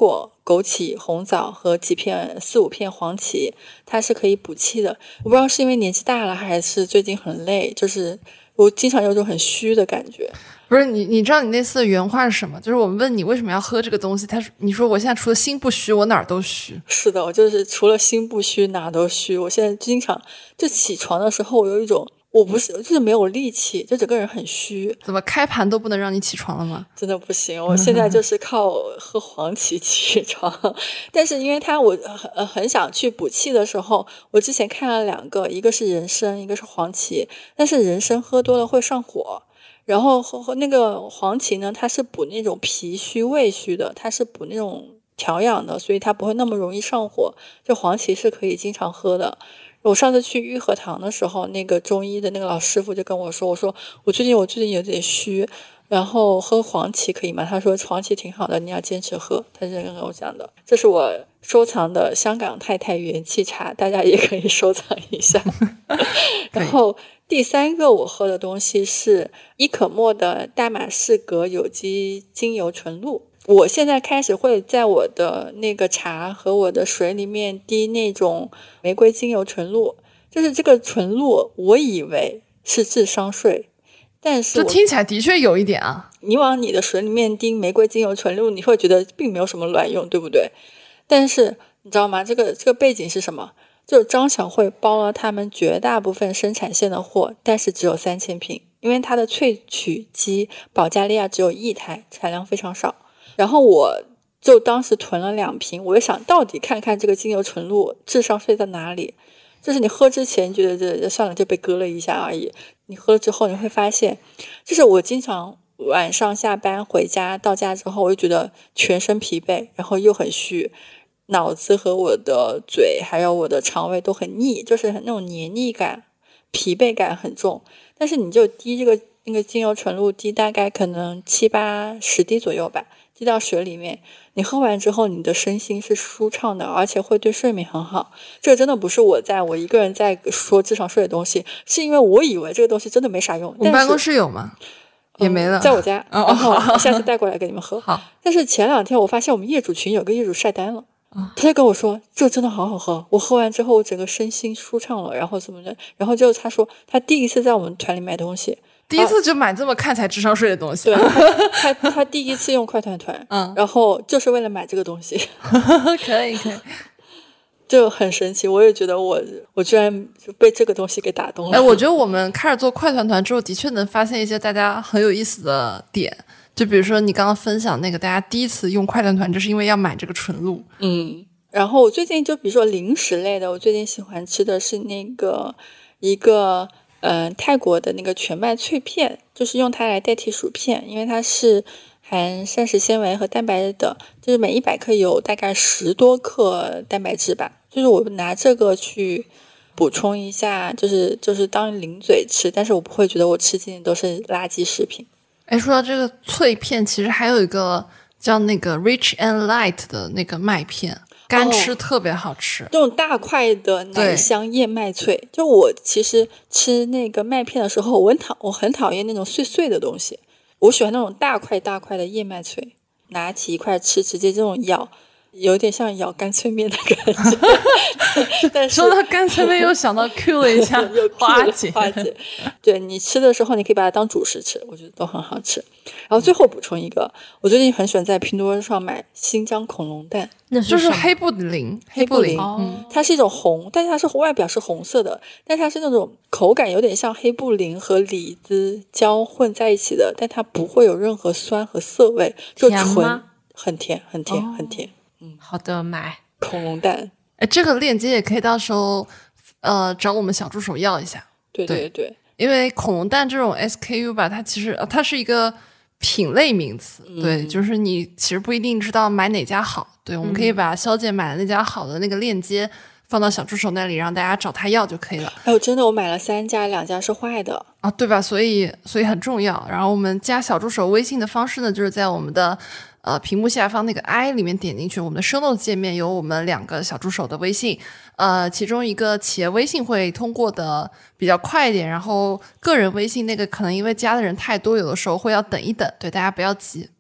枸杞、红枣和几片四五片黄芪，它是可以补气的。我不知道是因为年纪大了还是最近很累，就是我经常有种很虚的感觉。 不是你，你知道你那次的原话是什么？就是我们问你为什么要喝这个东西，他说你说我现在除了心不虚，我哪儿都虚。 是的，我就是除了心不虚，哪儿都虚。我现在经常就起床的时候，我有一种我不是就是没有力气，就整个人很虚。 怎么开盘都不能让你起床了吗？ 真的不行，我现在就是靠喝黄芪起床。但是因为它我很很想去补气的时候，我之前看了两个，一个是人参，一个是黄芪，但是人参喝多了会上火。然后和那个黄芪呢，它是补那种脾虚胃虚的，它是补那种调养的，所以它不会那么容易上火。就黄芪是可以经常喝的。我上次去玉和堂的时候，那个中医的那个老师傅就跟我说，我说我最近我最近有点虚，然后喝黄芪可以吗？他说黄芪挺好的，你要坚持喝。他是跟我讲的。这是我收藏的香港太太元气茶，大家也可以收藏一下。然后第三个我喝的东西是伊可墨的大马士革有机精油纯露。我现在开始会在我的那个茶和我的水里面滴那种玫瑰精油纯露，就是这个纯露我以为是治伤睡，但是这听起来的确有一点啊。 你往你的水里面滴玫瑰精油纯露，你会觉得并没有什么卵用，对不对？但是你知道吗？这个这个背景是什么？就是张小慧包了他们绝大部分生产线的货，但是只有三千瓶，因为它的萃取机保加利亚只有一台，产量非常少。然后我就当时囤了两瓶，我就想到底看看这个精油纯露智商税在哪里。就是你喝之前觉得这算了就被割了一下而已，你喝了之后你会发现，就是我经常晚上下班回家到家之后，我就觉得全身疲惫，然后又很虚，脑子和我的嘴还有我的肠胃都很腻，就是那种黏腻感，疲惫感很重。但是你就滴这个那个精油纯露，滴大概可能七八十滴左右吧，滴到水里面，你喝完之后你的身心是舒畅的，而且会对睡眠很好。这个真的不是我在我一个人在说智商税的东西，是因为我以为这个东西真的没啥用。 我们办公室有吗？也没了、 嗯、在我家、 哦、 然后下次带过来给你们喝。 好， 但是前两天我发现我们业主群有个业主晒单了，他就跟我说这真的好好喝，我喝完之后我整个身心舒畅了，然后怎么的，然后就他说他第一次在我们团里买东西， 第一次就买这么看起来智商税的东西。 对，他他他第一次用快团团， 嗯， 然后就是为了买这个东西。 可以可以， 就很神奇，我也觉得我我居然被这个东西给打动了。 哎，我觉得我们开始做快团团之后，的确能发现一些大家很有意思的点。就比如说你刚刚分享那个，大家第一次用快团团，就是因为要买这个纯露。 嗯，然后我最近就比如说零食类的，我最近喜欢吃的是那个一个嗯、呃、泰国的那个全麦脆片，就是用它来代替薯片，因为它是含膳食纤维和蛋白的，就是每一百克有大概十多克蛋白质吧。就是我拿这个去补充一下，就是就是当零嘴吃，但是我不会觉得我吃进的都是垃圾食品。 哎，说到这个脆片，其实还有一个叫那个 Rich and Light 的那个麦片，干吃特别好吃。 这、哦、种大块的奶香燕麦脆，就我其实吃那个麦片的时候，我很讨我很讨厌那种碎碎的东西，我喜欢那种大块大块的燕麦脆，拿起一块吃，直接这种咬。有点像咬干脆面的感觉。但是说到干脆面又想到 Q 了一下花姐花姐，对，你吃的时候你可以把它当主食吃，我觉得都很好吃。然后最后补充一个，我最近很喜欢在拼多多上买新疆恐龙蛋， 那是就是黑布林， 黑布林、 哦嗯、它是一种红，但是它是外表是红色的，但它是那种口感有点像黑布林和李子胶混在一起的，但它不会有任何酸和涩味，就纯很甜很甜、哦、很甜。 嗯，好的，买恐龙蛋。 哎，这个链接也可以到时候呃找我们小助手要一下。 对对对， 因为恐龙蛋这种 S K U 吧，它其实它是一个品类名词， 嗯、 对，就是你其实不一定知道买哪家好。对，我们可以把肖姐买的那家好的那个链接放到小助手那里，让大家找他要就可以了。 哎，我真的我买了三家，两家是坏的啊，对吧？所以所以很重要。然后我们加小助手微信的方式呢，就是在我们的呃屏幕下方那个 i 里面点进去，我们的 show notes 界面有我们两个小助手的微信，呃，其中一个企业微信会通过的比较快一点，然后个人微信那个可能因为加的人太多，有的时候会要等一等，对，大家不要急。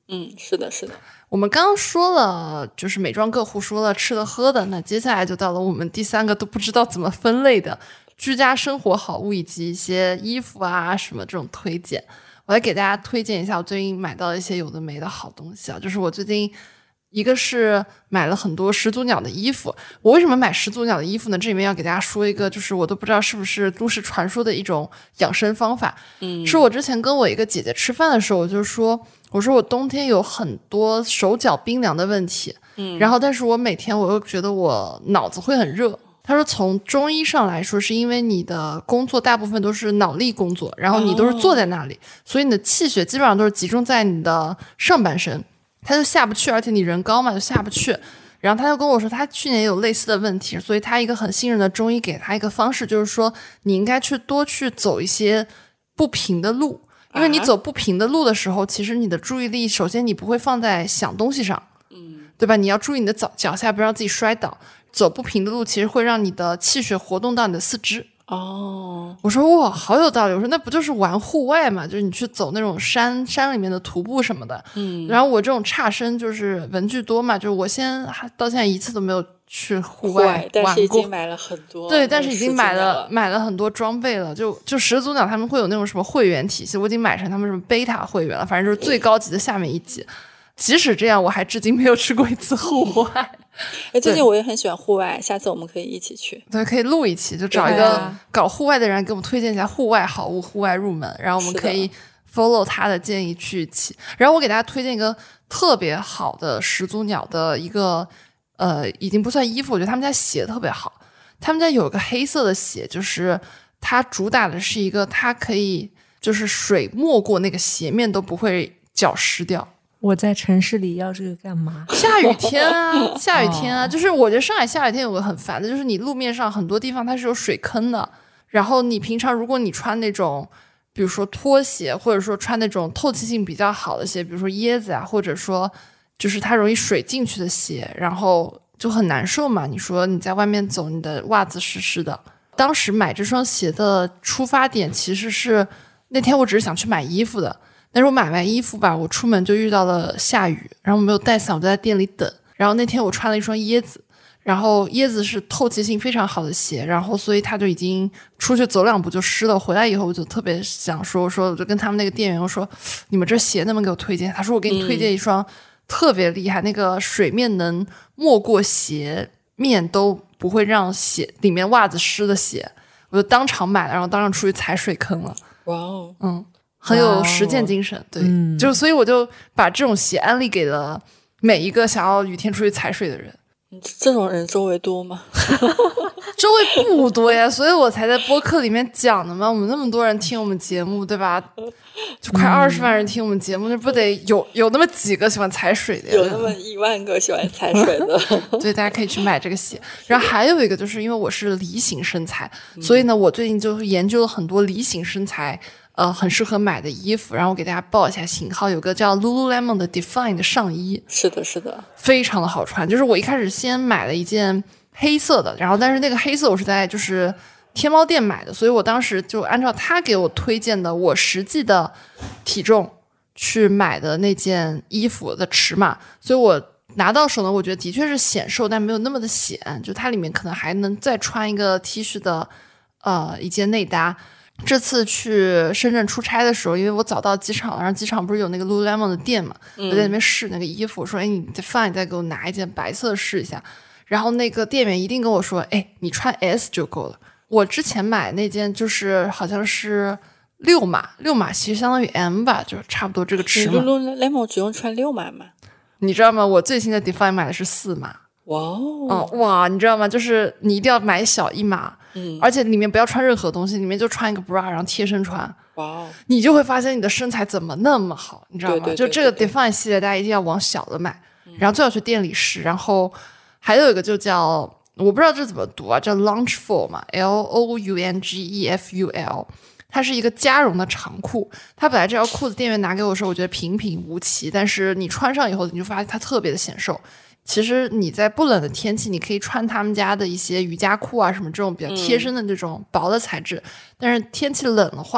嗯，是的是的。 我们刚刚说了就是美妆个护，说了吃的喝的，那接下来就到了我们第三个都不知道怎么分类的居家生活好物以及一些衣服啊什么这种推荐。我来给大家推荐一下我最近买到的一些有的没的好东西啊，就是我最近一个是买了很多始祖鸟的衣服。我为什么买始祖鸟的衣服呢？这里面要给大家说一个就是我都不知道是不是都市传说的一种养生方法。 嗯， 是我之前跟我一个姐姐吃饭的时候，我就说我说我冬天有很多手脚冰凉的问题， 嗯， 然后但是我每天我又觉得我脑子会很热。他说从中医上来说是因为你的工作大部分都是脑力工作，然后你都是坐在那里，哦，所以你的气血基本上都是集中在你的上半身，他就下不去，而且你人高嘛就下不去。然后他就跟我说他去年也有类似的问题，所以他一个很信任的中医给他一个方式，就是说你应该去多去走一些不平的路，因为你走不平的路的时候，其实你的注意力首先你不会放在想东西上， 嗯， 对吧？你要注意你的脚脚下不让自己摔倒，走不平的路其实会让你的气血活动到你的四肢。 哦， 我说哇，好有道理。我说那不就是玩户外嘛，就是你去走那种山山里面的徒步什么的。 嗯， 然后我这种差生就是文具多嘛，就是我先到现在一次都没有去户外玩过， 但是已经买了很多， 对，但是已经买了了买了很多装备了。就就始祖鸟他们会有那种什么会员体系，我已经买成他们什么贝塔会员了，反正就是最高级的下面一级。即使这样，我还至今没有去过一次户外。 哎，最近我也很喜欢户外，下次我们可以一起去。 对，可以录一期，就找一个搞户外的人给我们推荐一下户外好物、户外入门，然后我们可以 follow 他的建议去一起。然后我给大家推荐一个特别好的始祖鸟的一个呃，已经不算衣服，我觉得他们家鞋特别好。他们家有个黑色的鞋，就是它主打的是一个它可以就是水没过那个鞋面都不会脚湿掉。 我在城市里要这个干嘛？ 下雨天啊，下雨天啊，就是我觉得上海下雨天有个很烦的，就是你路面上很多地方它是有水坑的，然后你平常如果你穿那种比如说拖鞋，或者说穿那种透气性比较好的鞋，比如说椰子啊，或者说就是它容易水进去的鞋，然后就很难受嘛。你说你在外面走，你的袜子湿湿的。当时买这双鞋的出发点其实是那天我只是想去买衣服的，但是我买完衣服吧，我出门就遇到了下雨，然后我没有带伞，我就在店里等。然后那天我穿了一双椰子，然后椰子是透气性非常好的鞋，然后所以它就已经出去走两步就湿了。回来以后我就特别想说，我说我就跟他们那个店员我说，你们这鞋能不能给我推荐？他说我给你推荐一双特别厉害，那个水面能没过鞋面都不会让鞋里面袜子湿的鞋。我就当场买了，然后当场出去踩水坑了。 哇哦， 嗯。很有实践精神，对、 嗯， 就所以我就把这种鞋安利给了每一个想要雨天出去踩水的人。 这种人周围多吗？ 周围不多呀，所以我才在播客里面讲的嘛。我们那么多人听我们节目，对吧？就快二十万人听我们节目，那、嗯、不得有有那么几个喜欢踩水的呀？ 有那么一万个喜欢踩水的。 所以大家可以去买这个鞋。然后还有一个就是因为我是梨形身材、嗯、所以呢我最近就研究了很多梨形身材呃，很适合买的衣服，然后我给大家报一下型号，有个叫 Lululemon 的 Define 的上衣， 是的是的， 非常的好穿。就是我一开始先买了一件黑色的，然后但是那个黑色我是在就是天猫店买的，所以我当时就按照他给我推荐的我实际的体重去买的那件衣服的尺码，所以我拿到手呢，我觉得的确是显瘦，但没有那么的显，就它里面可能还能再穿一个 T 恤的呃一件内搭。这次去深圳出差的时候，因为我早到机场了，然后机场不是有那个 Lululemon 的店嘛，嗯、我在那边试那个衣服，我说哎，你再放，你再给我拿一件白色试一下。然后那个店员一定跟我说，哎，你穿 S 就够了。我之前买那件就是好像是六码，六码其实相当于 M 吧，就差不多这个尺码。 Lululemon 只用穿六码吗？ 你知道吗？我最新的 Define 买的是四码。 哇哦、 嗯，哇，你知道吗？就是你一定要买小一码。 嗯， 而且里面不要穿任何东西，里面就穿一个 bra， 然后贴身穿。 哇哦，你就会发现你的身材怎么那么好，你知道吗？ 对对对对对， 就这个 Define 系列，大家一定要往小的买，嗯、然后最好去店里试。然后还有一个就叫我不知道这怎么读啊，叫 Loungeful 嘛 ，L O U N G E F U L， 它是一个加绒的长裤。它本来这条裤子店员拿给我的时候，我觉得平平无奇，但是你穿上以后，你就发现它特别的显瘦。其实你在不冷的天气，你可以穿他们家的一些瑜伽裤啊什么这种比较贴身的这种薄的材质、嗯、但是天气冷的话，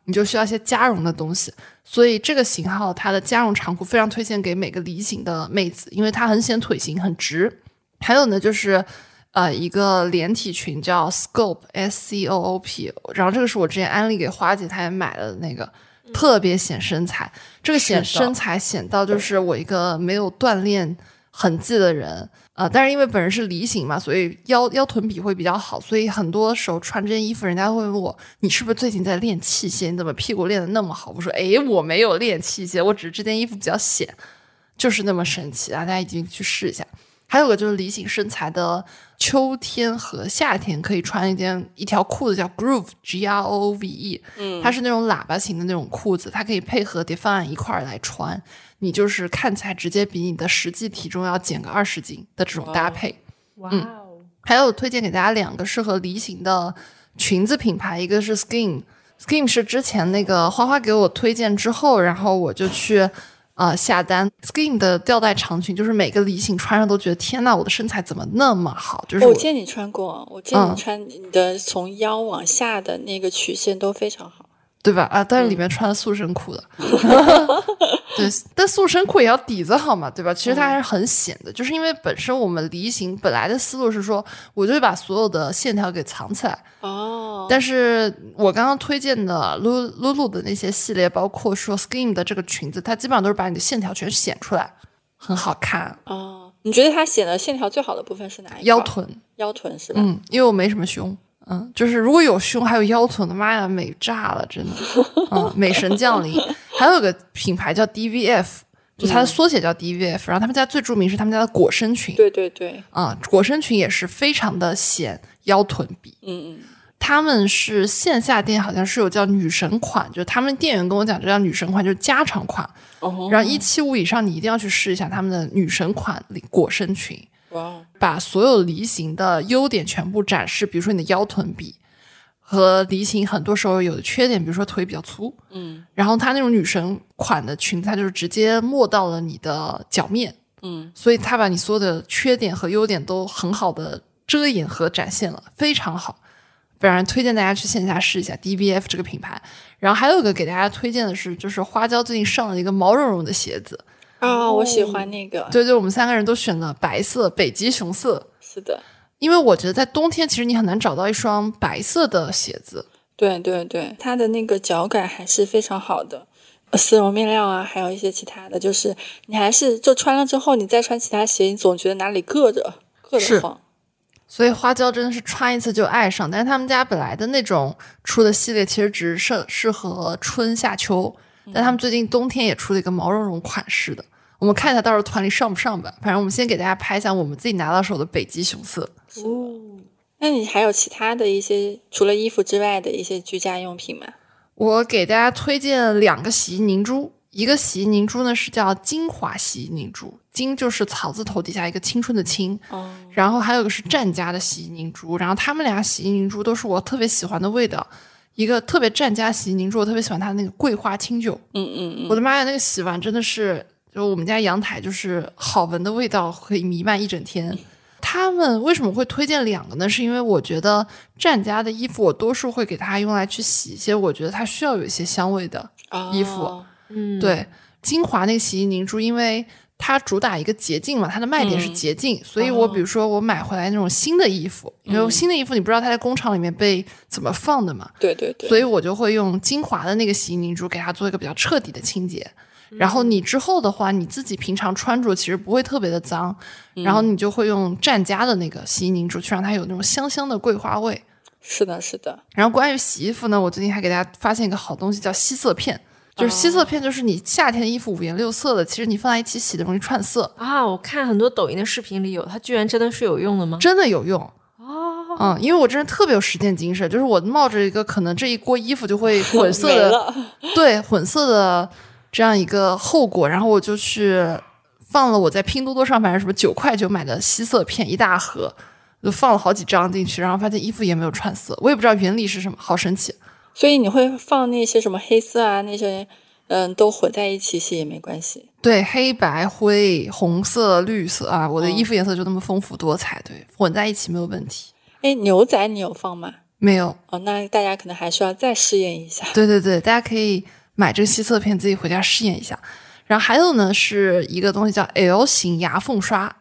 你就需要一些加绒的东西，所以这个型号它的加绒长裤非常推荐给每个梨形的妹子，因为它很显腿型，很直。还有呢就是呃一个连体裙叫 Scope S C O O P， 然后这个是我之前安利给花姐，她也买了那个，特别显身材。这个显身材显到就是我一个没有锻炼痕迹的人，呃，但是因为本人是梨形嘛，所以腰腰臀比会比较好，所以很多时候穿这件衣服，人家会问我，你是不是最近在练器械？你怎么屁股练得那么好？我说，诶，我没有练器械，我只是这件衣服比较显，就是那么神奇啊！大家一定去试一下。还有个就是梨形身材的，秋天和夏天可以穿一件一条裤子叫 Groove G R O O V E， 嗯，它是那种喇叭型的那种裤子，它可以配合 Define 一块儿来穿，你就是看起来直接比你的实际体重要减个二十斤的这种搭配。 哇、 嗯、还有推荐给大家两个适合梨形的裙子品牌，一个是 Skim，Skim 是之前那个花花给我推荐之后，然后我就去呃，下单 Skim 的吊带长裙，就是每个梨形穿上都觉得天呐，我的身材怎么那么好？就是我, 我, 我见你穿过，我见你穿、嗯、你的从腰往下的那个曲线都非常好， 对吧？啊，但是里面穿了塑身裤的，嗯、对，但塑身裤也要底子好嘛，对吧？其实它还是很显的，嗯、就是因为本身我们梨形本来的思路是说，我就会把所有的线条给藏起来。 哦， 但是我刚刚推荐的 Lulu 的那些系列，包括说 Skim 的这个裙子，它基本上都是把你的线条全显出来，很好看。 哦，你觉得它显得线条最好的部分是哪一个？ 腰臀， 腰臀是吧？ 嗯，因为我没什么胸，嗯，就是如果有胸还有腰臀的，妈呀，美炸了，真的，嗯，美神降临。还有个品牌叫 D V F。就它的缩写叫 D V F，、嗯、然后他们家最著名是他们家的裹身裙， 对对对， 啊、嗯，裹身裙也是非常的显腰臀比， 嗯嗯， 他们是线下店好像是有叫女神款，就是他们店员跟我讲这叫女神款，就是加长款， 哦， 然后一七五以上你一定要去试一下他们的女神款裹身裙， 哇， 把所有梨形的优点全部展示，比如说你的腰臀比。和梨形很多时候有的缺点，比如说腿比较粗， 嗯， 然后它那种女神款的裙子，它就是直接没到了你的脚面， 嗯， 所以它把你所有的缺点和优点都很好的遮掩和展现了，非常好。反正推荐大家去线下试一下 D V F 这个品牌。然后还有一个给大家推荐的是，就是花椒最近上了一个毛茸茸的鞋子啊、哦，我喜欢那个， 对对，我们三个人都选了白色，北极熊色， 是的。 因为我觉得在冬天其实你很难找到一双白色的鞋子， 对对对，它的那个脚感还是非常好的，丝绒面料啊，还有一些其他的，就是你还是就穿了之后你再穿其他鞋，你总觉得哪里硌着硌得慌。 所以花椒真的是穿一次就爱上，但是他们家本来的那种出的系列其实只是适合春夏秋，但他们最近冬天也出了一个毛茸茸款式的，我们看一下到时候团里上不上吧。反正我们先给大家拍一下我们自己拿到手的北极熊色。 哦，那你还有其他的一些除了衣服之外的一些居家用品吗？ 我给大家推荐两个洗衣凝珠，一个洗衣凝珠呢是叫精华洗衣凝珠，精就是草字头底下一个青春的青、哦、然后还有一个是战家的洗衣凝珠，然后他们俩洗衣凝珠都是我特别喜欢的味道。一个特别战家洗衣凝珠我特别喜欢它的那个桂花清酒， 嗯嗯嗯， 我的妈呀，那个洗完真的是就我们家阳台就是好闻的味道可以弥漫一整天。他们为什么会推荐两个呢？是因为我觉得战家的衣服我多数会给它用来去洗一些我觉得它需要有一些香味的衣服、哦、 嗯， 对，精华那个洗衣凝珠因为它主打一个洁净嘛，它的卖点是洁净、嗯、所以我比如说我买回来那种新的衣服、哦、因为新的衣服你不知道它在工厂里面被怎么放的嘛， 对对对， 所以我就会用精华的那个洗衣凝珠给它做一个比较彻底的清洁。然后你之后的话你自己平常穿着其实不会特别的脏、嗯、然后你就会用战家的那个洗衣凝珠去让它有那种香香的桂花味。 是的是的。 然后关于洗衣服呢，我最近还给大家发现一个好东西叫吸色片，就是吸色片就是你夏天的衣服五颜六色的，其实你放在一起洗的容易串色啊。我看很多抖音的视频里有，它居然真的是有用的吗？ 真的有用哦， 嗯，因为我真的特别有实践精神，就是我冒着一个可能这一锅衣服就会混色的对混色的这样一个后果，然后我就去放了我在拼多多上反正什么九块九买的吸色片一大盒，就放了好几张进去，然后发现衣服也没有串色，我也不知道原理是什么，好神奇。 所以你会放那些什么黑色啊那些嗯，都混在一起洗也没关系？ 对，黑白灰红色绿色啊，我的衣服颜色就那么丰富多彩、嗯、对，混在一起没有问题。 诶，牛仔你有放吗？ 没有。 哦，那大家可能还需要再试验一下。 对对对，大家可以买这个吸色片自己回家试验一下。然后还有呢是一个东西叫 L 型牙缝刷。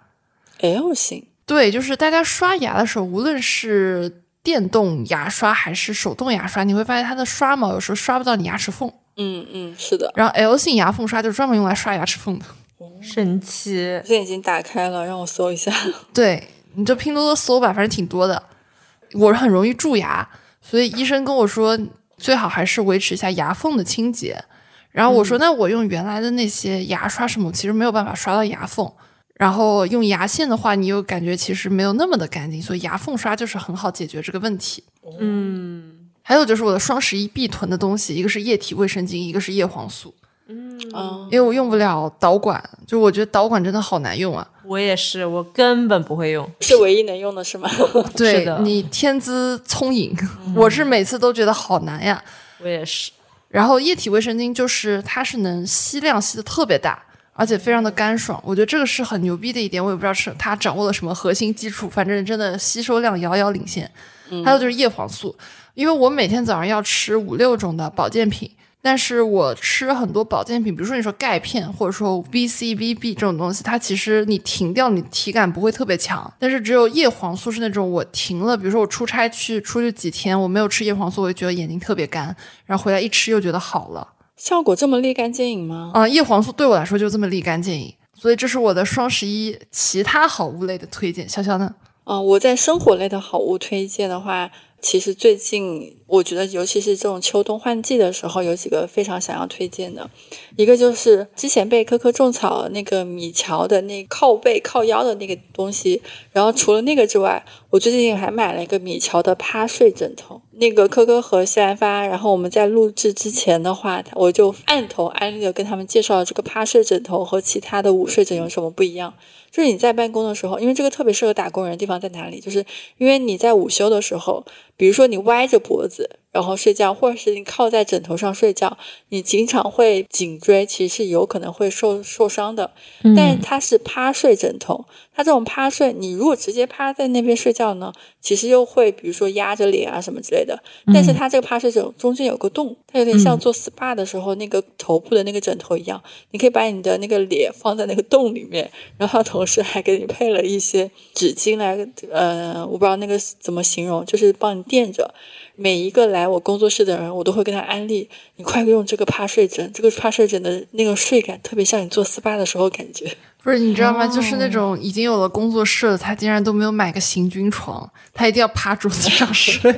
L 型？ 对，就是大家刷牙的时候，无论是电动牙刷还是手动牙刷，你会发现它的刷毛有时候刷不到你牙齿缝。 嗯嗯，是的。 然后 L 型牙缝刷就是专门用来刷牙齿缝的。 神奇。 我现在已经打开了，让我搜一下。 对，你就拼多多搜吧，反正挺多的。我很容易蛀牙，所以医生跟我说最好还是维持一下牙缝的清洁。然后我说、嗯、那我用原来的那些牙刷什么其实没有办法刷到牙缝，然后用牙线的话你又感觉其实没有那么的干净，所以牙缝刷就是很好解决这个问题。 嗯， 还有就是我的双十一必囤的东西，一个是液体卫生巾，一个是叶黄素。 嗯， 因为我用不了导管，就我觉得导管真的好难用啊。 我也是，我根本不会用。 是唯一能用的是吗？ 对， 是的， 你天资聪颖、嗯、我是每次都觉得好难呀。 我也是。 然后液体卫生巾就是它是能吸量吸的特别大，而且非常的干爽，我觉得这个是很牛逼的一点。我也不知道是它掌握了什么核心基础，反正真的吸收量遥遥领先、嗯、还有就是叶黄素，因为我每天早上要吃五六种的保健品，但是我吃很多保健品，比如说你说钙片或者说 V C V B 这种东西，它其实你停掉你体感不会特别强，但是只有叶黄素是那种我停了，比如说我出差去出去几天我没有吃叶黄素，我就觉得眼睛特别干，然后回来一吃又觉得好了。 效果这么立竿见影吗？ 啊、嗯，叶黄素对我来说就这么立竿见影，所以这是我的双十一其他好物类的推荐。潇潇呢？ 啊、呃，我在生活类的好物推荐的话，其实最近我觉得尤其是这种秋冬换季的时候，有几个非常想要推荐的。一个就是之前被科科种草那个米乔的那靠背靠腰的那个东西，然后除了那个之外，我最近还买了一个米乔的趴睡枕头。那个科科和西兰发，然后我们在录制之前的话，我就按头安利的跟他们介绍这个趴睡枕头和其他的午睡枕有什么不一样。就是你在办公的时候，因为这个特别适合打工人的地方在哪里，就是因为你在午休的时候，比如说你歪着脖子然后睡觉，或者是你靠在枕头上睡觉，你经常会颈椎其实是有可能会受受伤的。但是它是趴睡枕头，它这种趴睡，你如果直接趴在那边睡觉呢，其实又会比如说压着脸啊什么之类的。但是它这个趴睡枕中间有个洞，它有点像做 S P A 的时候那个头部的那个枕头一样，你可以把你的那个脸放在那个洞里面，然后同时还给你配了一些纸巾来，呃，我不知道那个怎么形容，就是帮你垫着。每一个来我工作室的人，我都会跟他安利，你快用这个趴睡枕，这个趴睡枕的那个睡感特别像你做 S P A 的时候感觉。 不是，你知道吗、哦、就是那种已经有了工作室了，他竟然都没有买个行军床，他一定要趴桌子上睡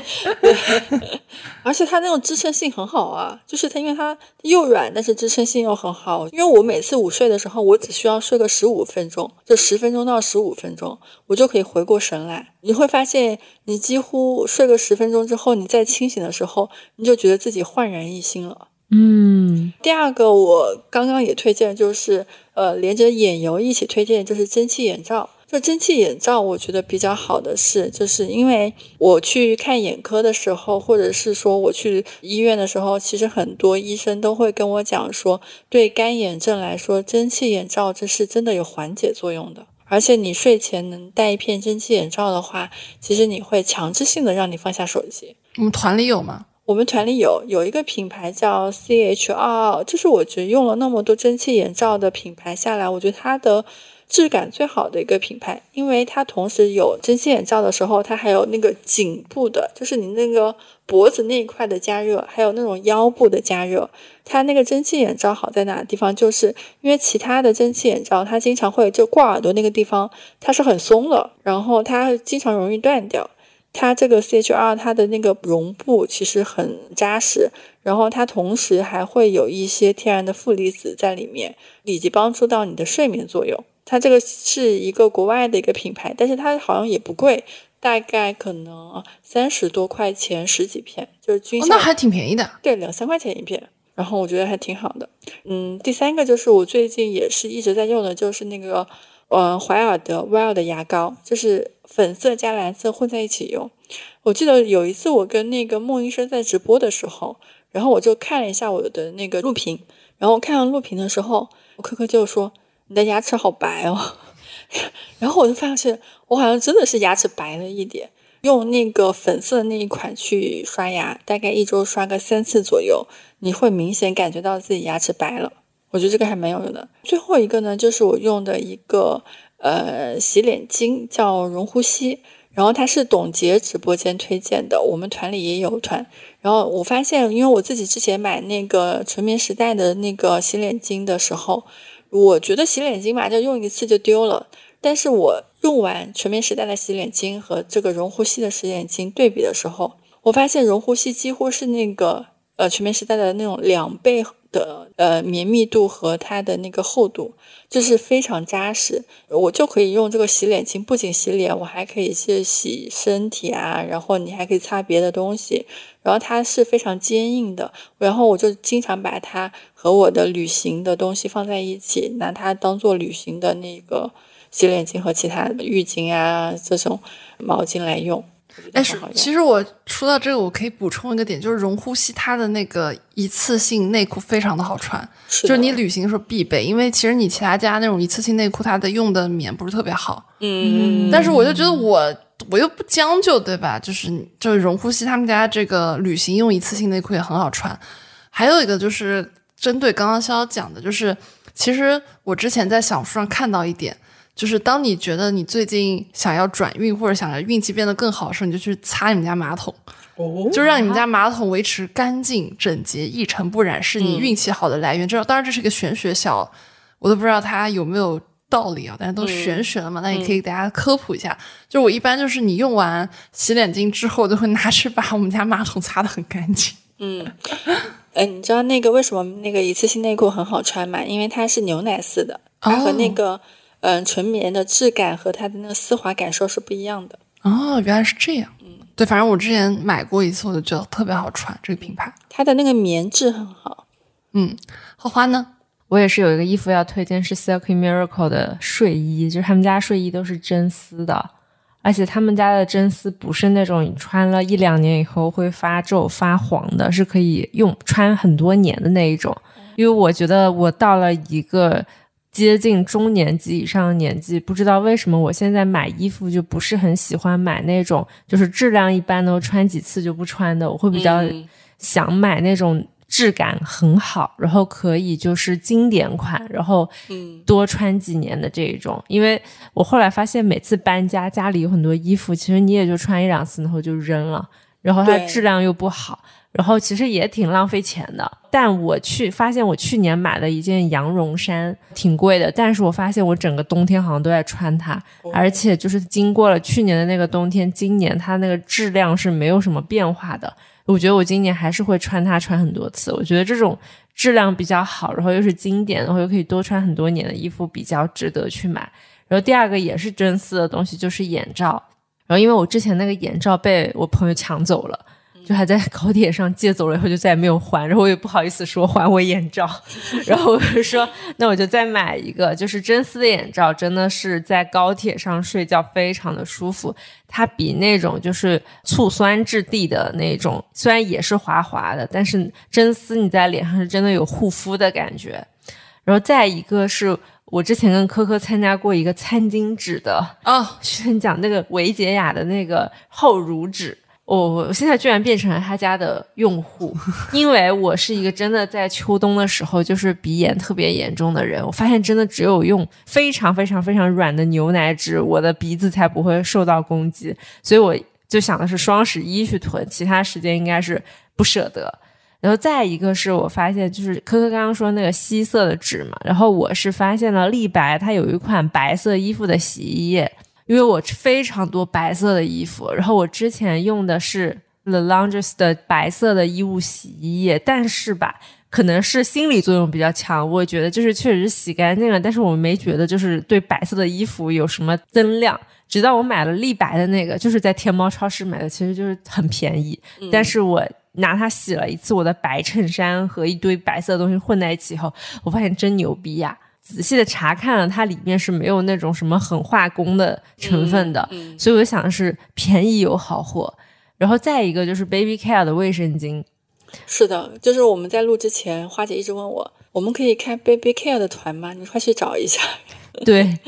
而且他那种支撑性很好啊，就是他因为他又软，但是支撑性又很好。因为我每次午睡的时候，我只需要睡个十五分钟，就十分钟到十五分钟，我就可以回过神来。你会发现你几乎睡个十分钟之后，你再清醒的时候，你就觉得自己焕然一新了。 嗯， 第二个我刚刚也推荐，就是呃连着眼油一起推荐，就是蒸汽眼罩。就蒸汽眼罩我觉得比较好的是，就是因为我去看眼科的时候，或者是说我去医院的时候，其实很多医生都会跟我讲说，对干眼症来说，蒸汽眼罩这是真的有缓解作用的。而且你睡前能戴一片蒸汽眼罩的话，其实你会强制性的让你放下手机。 我们团里有吗？ 我们团里有有一个品牌叫 C H 二二，就是我觉得用了那么多蒸汽眼罩的品牌下来，我觉得它的质感最好的一个品牌。因为它同时有蒸汽眼罩的时候，它还有那个颈部的，就是你那个脖子那一块的加热，还有那种腰部的加热。它那个蒸汽眼罩好在哪个地方，就是因为其他的蒸汽眼罩它经常会就挂耳朵那个地方它是很松的，然后它经常容易断掉。它这个 C H 二 它的那个绒布其实很扎实，然后它同时还会有一些天然的负离子在里面，以及帮助到你的睡眠作用。它这个是一个国外的一个品牌，但是它好像也不贵，大概可能三十多块钱十几片，就是均价、 哦、那还挺便宜的。 对，两三块钱一片，然后我觉得还挺好的。嗯，第三个就是我最近也是一直在用的，就是那个呃怀尔的 Well 的牙膏，就是粉色加蓝色混在一起用。我记得有一次我跟那个孟医生在直播的时候，然后我就看了一下我的那个录屏，然后看到录屏的时候，我科科就说你的牙齿好白哦然后我就发现我好像真的是牙齿白了一点， 用那个粉色的那一款去刷牙，大概一周刷个三次左右，你会明显感觉到自己牙齿白了。我觉得这个还蛮有用的。最后一个呢，就是我用的一个呃洗脸巾，叫容呼吸，然后它是董洁直播间推荐的，我们团里也有团。然后我发现，因为我自己之前买那个纯棉时代的那个洗脸巾的时候，我觉得洗脸巾嘛就用一次就丢了，但是我用完纯棉时代的洗脸巾和这个容呼吸的洗脸巾对比的时候，我发现容呼吸几乎是那个呃纯棉时代的那种两倍的呃绵密度和它的那个厚度，就是非常扎实。我就可以用这个洗脸巾，不仅洗脸，我还可以去洗身体啊，然后你还可以擦别的东西，然后它是非常坚硬的，然后我就经常把它和我的旅行的东西放在一起，拿它当做旅行的那个洗脸巾和其他的浴巾啊这种毛巾来用。 但是其实我说到这个，我可以补充一个点，就是容呼吸它的那个一次性内裤非常的好穿， 是就是你旅行的时候必备，因为其实你其他家那种一次性内裤它的用的棉不是特别好， 嗯， 但是我就觉得我我又不将就，对吧？就是就是容呼吸他们家这个旅行用一次性内裤也很好穿。还有一个就是针对刚刚潇潇讲的，就是其实我之前在小红书上看到一点，就是当你觉得你最近想要转运或者想要运气变得更好的时候，你就去擦你们家马桶， 哦， 就让你们家马桶维持干净整洁一尘不染，是你运气好的来源。这、嗯、当然这是一个玄学小，我都不知道它有没有道理啊，但是都玄学了嘛，嗯、那也可以给大家科普一下。嗯、就我一般就是你用完洗脸巾之后，就会拿去把我们家马桶擦得很干净。 嗯，呃，你知道那个为什么那个一次性内裤很好穿吗？因为它是牛奶丝的，它和那个。哦嗯，纯棉的质感和它的那个丝滑感受是不一样的。 哦，原来是这样。嗯，对，反正我之前买过一次，我就觉得特别好穿，这个品牌。 它的那个棉质很好。 嗯，花花呢？ 我也是有一个衣服要推荐，是 Silky Miracle 的睡衣，就是他们家睡衣都是真丝的，而且他们家的真丝不是那种你穿了一两年以后会发皱发黄的，是可以用穿很多年的那一种。因为我觉得我到了一个接近中年级以上的年纪，不知道为什么我现在买衣服就不是很喜欢买那种就是质量一般的穿几次就不穿的，我会比较想买那种质感很好，然后可以就是经典款，然后多穿几年的这一种。因为我后来发现每次搬家，家里有很多衣服其实你也就穿一两次然后就扔了，然后它质量又不好，然后其实也挺浪费钱的。但我去发现我去年买了一件羊绒衫挺贵的，但是我发现我整个冬天好像都在穿它、哦、而且就是经过了去年的那个冬天，今年它那个质量是没有什么变化的。我觉得我今年还是会穿它穿很多次，我觉得这种质量比较好，然后又是经典，然后又可以多穿很多年的衣服比较值得去买。然后第二个也是真丝的东西就是眼罩，然后因为我之前那个眼罩被我朋友抢走了，就还在高铁上借走了以后就再也没有还，然后我也不好意思说还我眼罩，然后我就说那我就再买一个，就是真丝的眼罩，真的是在高铁上睡觉非常的舒服。它比那种就是醋酸质地的那种虽然也是滑滑的，但是真丝你在脸上是真的有护肤的感觉。然后再一个是我之前跟科科参加过一个餐巾纸的哦， 宣讲，那个维洁雅的那个厚乳纸，我我现在居然变成了他家的用户，因为我是一个真的在秋冬的时候就是鼻炎特别严重的人，我发现真的只有用非常非常非常软的牛奶纸，我的鼻子才不会受到攻击，所以我就想的是双十一去囤，其他时间应该是不舍得。然后再一个是我发现就是科科刚刚说那个吸色的纸嘛，然后我是发现了立白它有一款白色衣服的洗衣液，因为我非常多白色的衣服，然后我之前用的是 The Laundress 的白色的衣物洗衣液，但是吧可能是心理作用比较强，我觉得就是确实洗干净了，但是我没觉得就是对白色的衣服有什么增量，直到我买了立白的那个，就是在天猫超市买的，其实就是很便宜、嗯、但是我拿它洗了一次我的白衬衫和一堆白色的东西混在一起后，我发现真牛逼呀、啊！仔细的查看了，它里面是没有那种什么很化工的成分的、嗯嗯、所以我想的是便宜有好货。然后再一个就是 Baby Care 的卫生巾。 是的，就是我们在录之前花姐一直问我我们可以开 Baby Care 的团吗？你快去找一下。 对，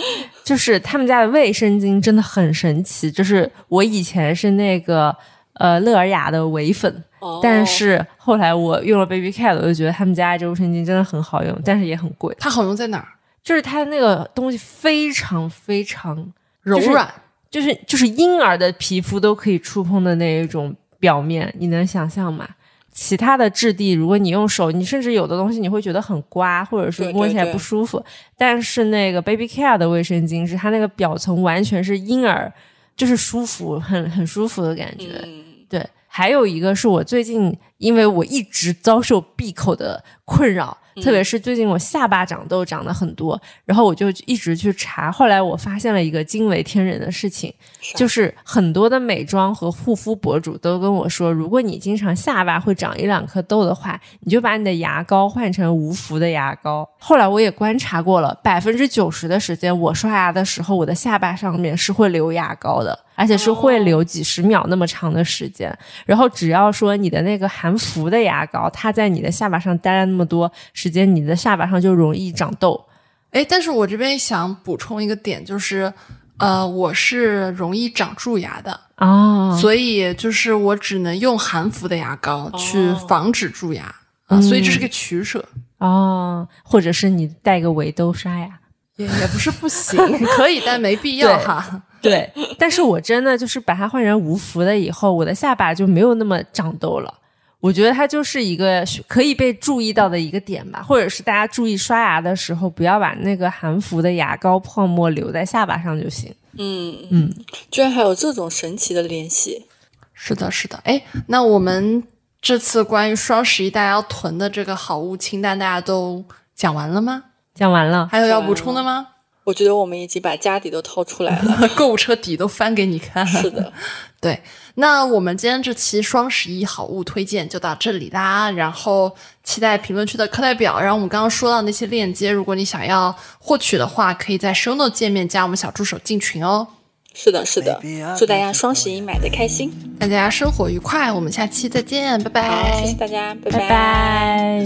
就是他们家的卫生巾真的很神奇，就是我以前是那个呃乐尔雅的唯粉、哦、但是后来我用了 Baby Cat 我就觉得他们家这卫生巾真的很好用，但是也很贵。 它好用在哪儿？ 就是它那个东西非常非常柔软， 就是就是就是婴儿的皮肤都可以触碰的那一种表面，你能想象吗？其他的质地如果你用手，你甚至有的东西你会觉得很刮，或者是摸起来不舒服，对对对，但是那个 Baby Care 的卫生巾是它那个表层完全是婴儿，就是舒服，很很舒服的感觉、嗯、对。还有一个是我最近因为我一直遭受闭口的困扰、嗯、特别是最近我下巴长痘长得很多，然后我就一直去查，后来我发现了一个惊为天人的事情，就是很多的美妆和护肤博主都跟我说，如果你经常下巴会长一两颗痘的话，你就把你的牙膏换成无氟的牙膏。后来我也观察过了，百分之九十的时间我刷牙的时候我的下巴上面是会留牙膏的，而且是会留几十秒那么长的时间、哦、然后只要说你的那个含氟的牙膏它在你的下巴上待了那么多时间，你的下巴上就容易长痘。 诶，但是我这边想补充一个点，就是呃，我是容易长蛀牙的哦， 所以就是我只能用含氟的牙膏去防止蛀牙、哦呃、所以这是个取舍哦，或者是你带个围兜刷牙也也不是不行可以但没必要哈。 对，但是我真的就是把它换成无氟的以后，我的下巴就没有那么长痘了。我觉得它就是一个可以被注意到的一个点吧，或者是大家注意刷牙的时候不要把那个含氟的牙膏泡沫留在下巴上就行。 嗯嗯， 居然还有这种神奇的联系。 是的是的。诶，那我们这次关于双十一大家要囤的这个好物清单大家都讲完了吗？ 讲完了。 还有要补充的吗？ 我觉得我们已经把家底都掏出来了购物车底都翻给你看。 是的。 对，那我们今天这期双十一好物推荐就到这里啦，然后期待评论区的课代表，然后我们刚刚说到那些链接，如果你想要获取的话可以在 show note 界面加我们小助手进群哦。 是的是的，祝大家双十一买的开心， 大家生活愉快，我们下期再见，拜拜。 好，谢谢大家，拜拜拜。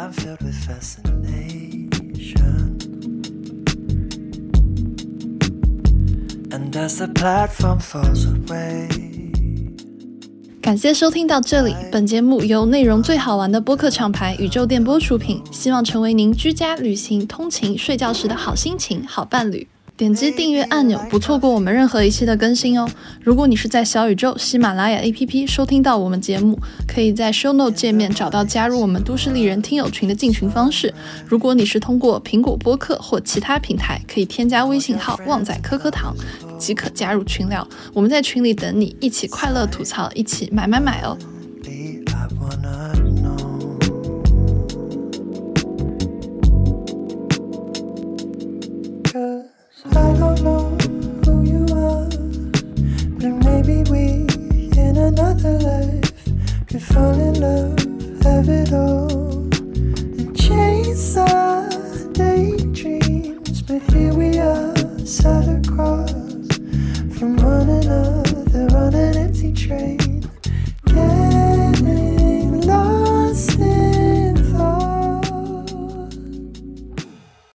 And as the platform falls away， 感谢收听到这里，本节目由内容最好玩的播客厂牌宇宙电波出品，希望成为您居家、旅行、通勤、睡觉时的好心情、好伴侣。点击订阅按钮，不错过我们任何一期的更新哦。如果你是在小宇宙、喜马拉雅 A P P 收听到我们节目，可以在 show note 界面找到加入我们都市丽人听友群的进群方式。如果你是通过苹果播客或其他平台，可以添加微信号旺仔可可糖即可加入群聊，我们在群里等你，一起快乐吐槽，一起买买买哦。 I don't know who you are, but maybe we in another life could fall in love, have it all.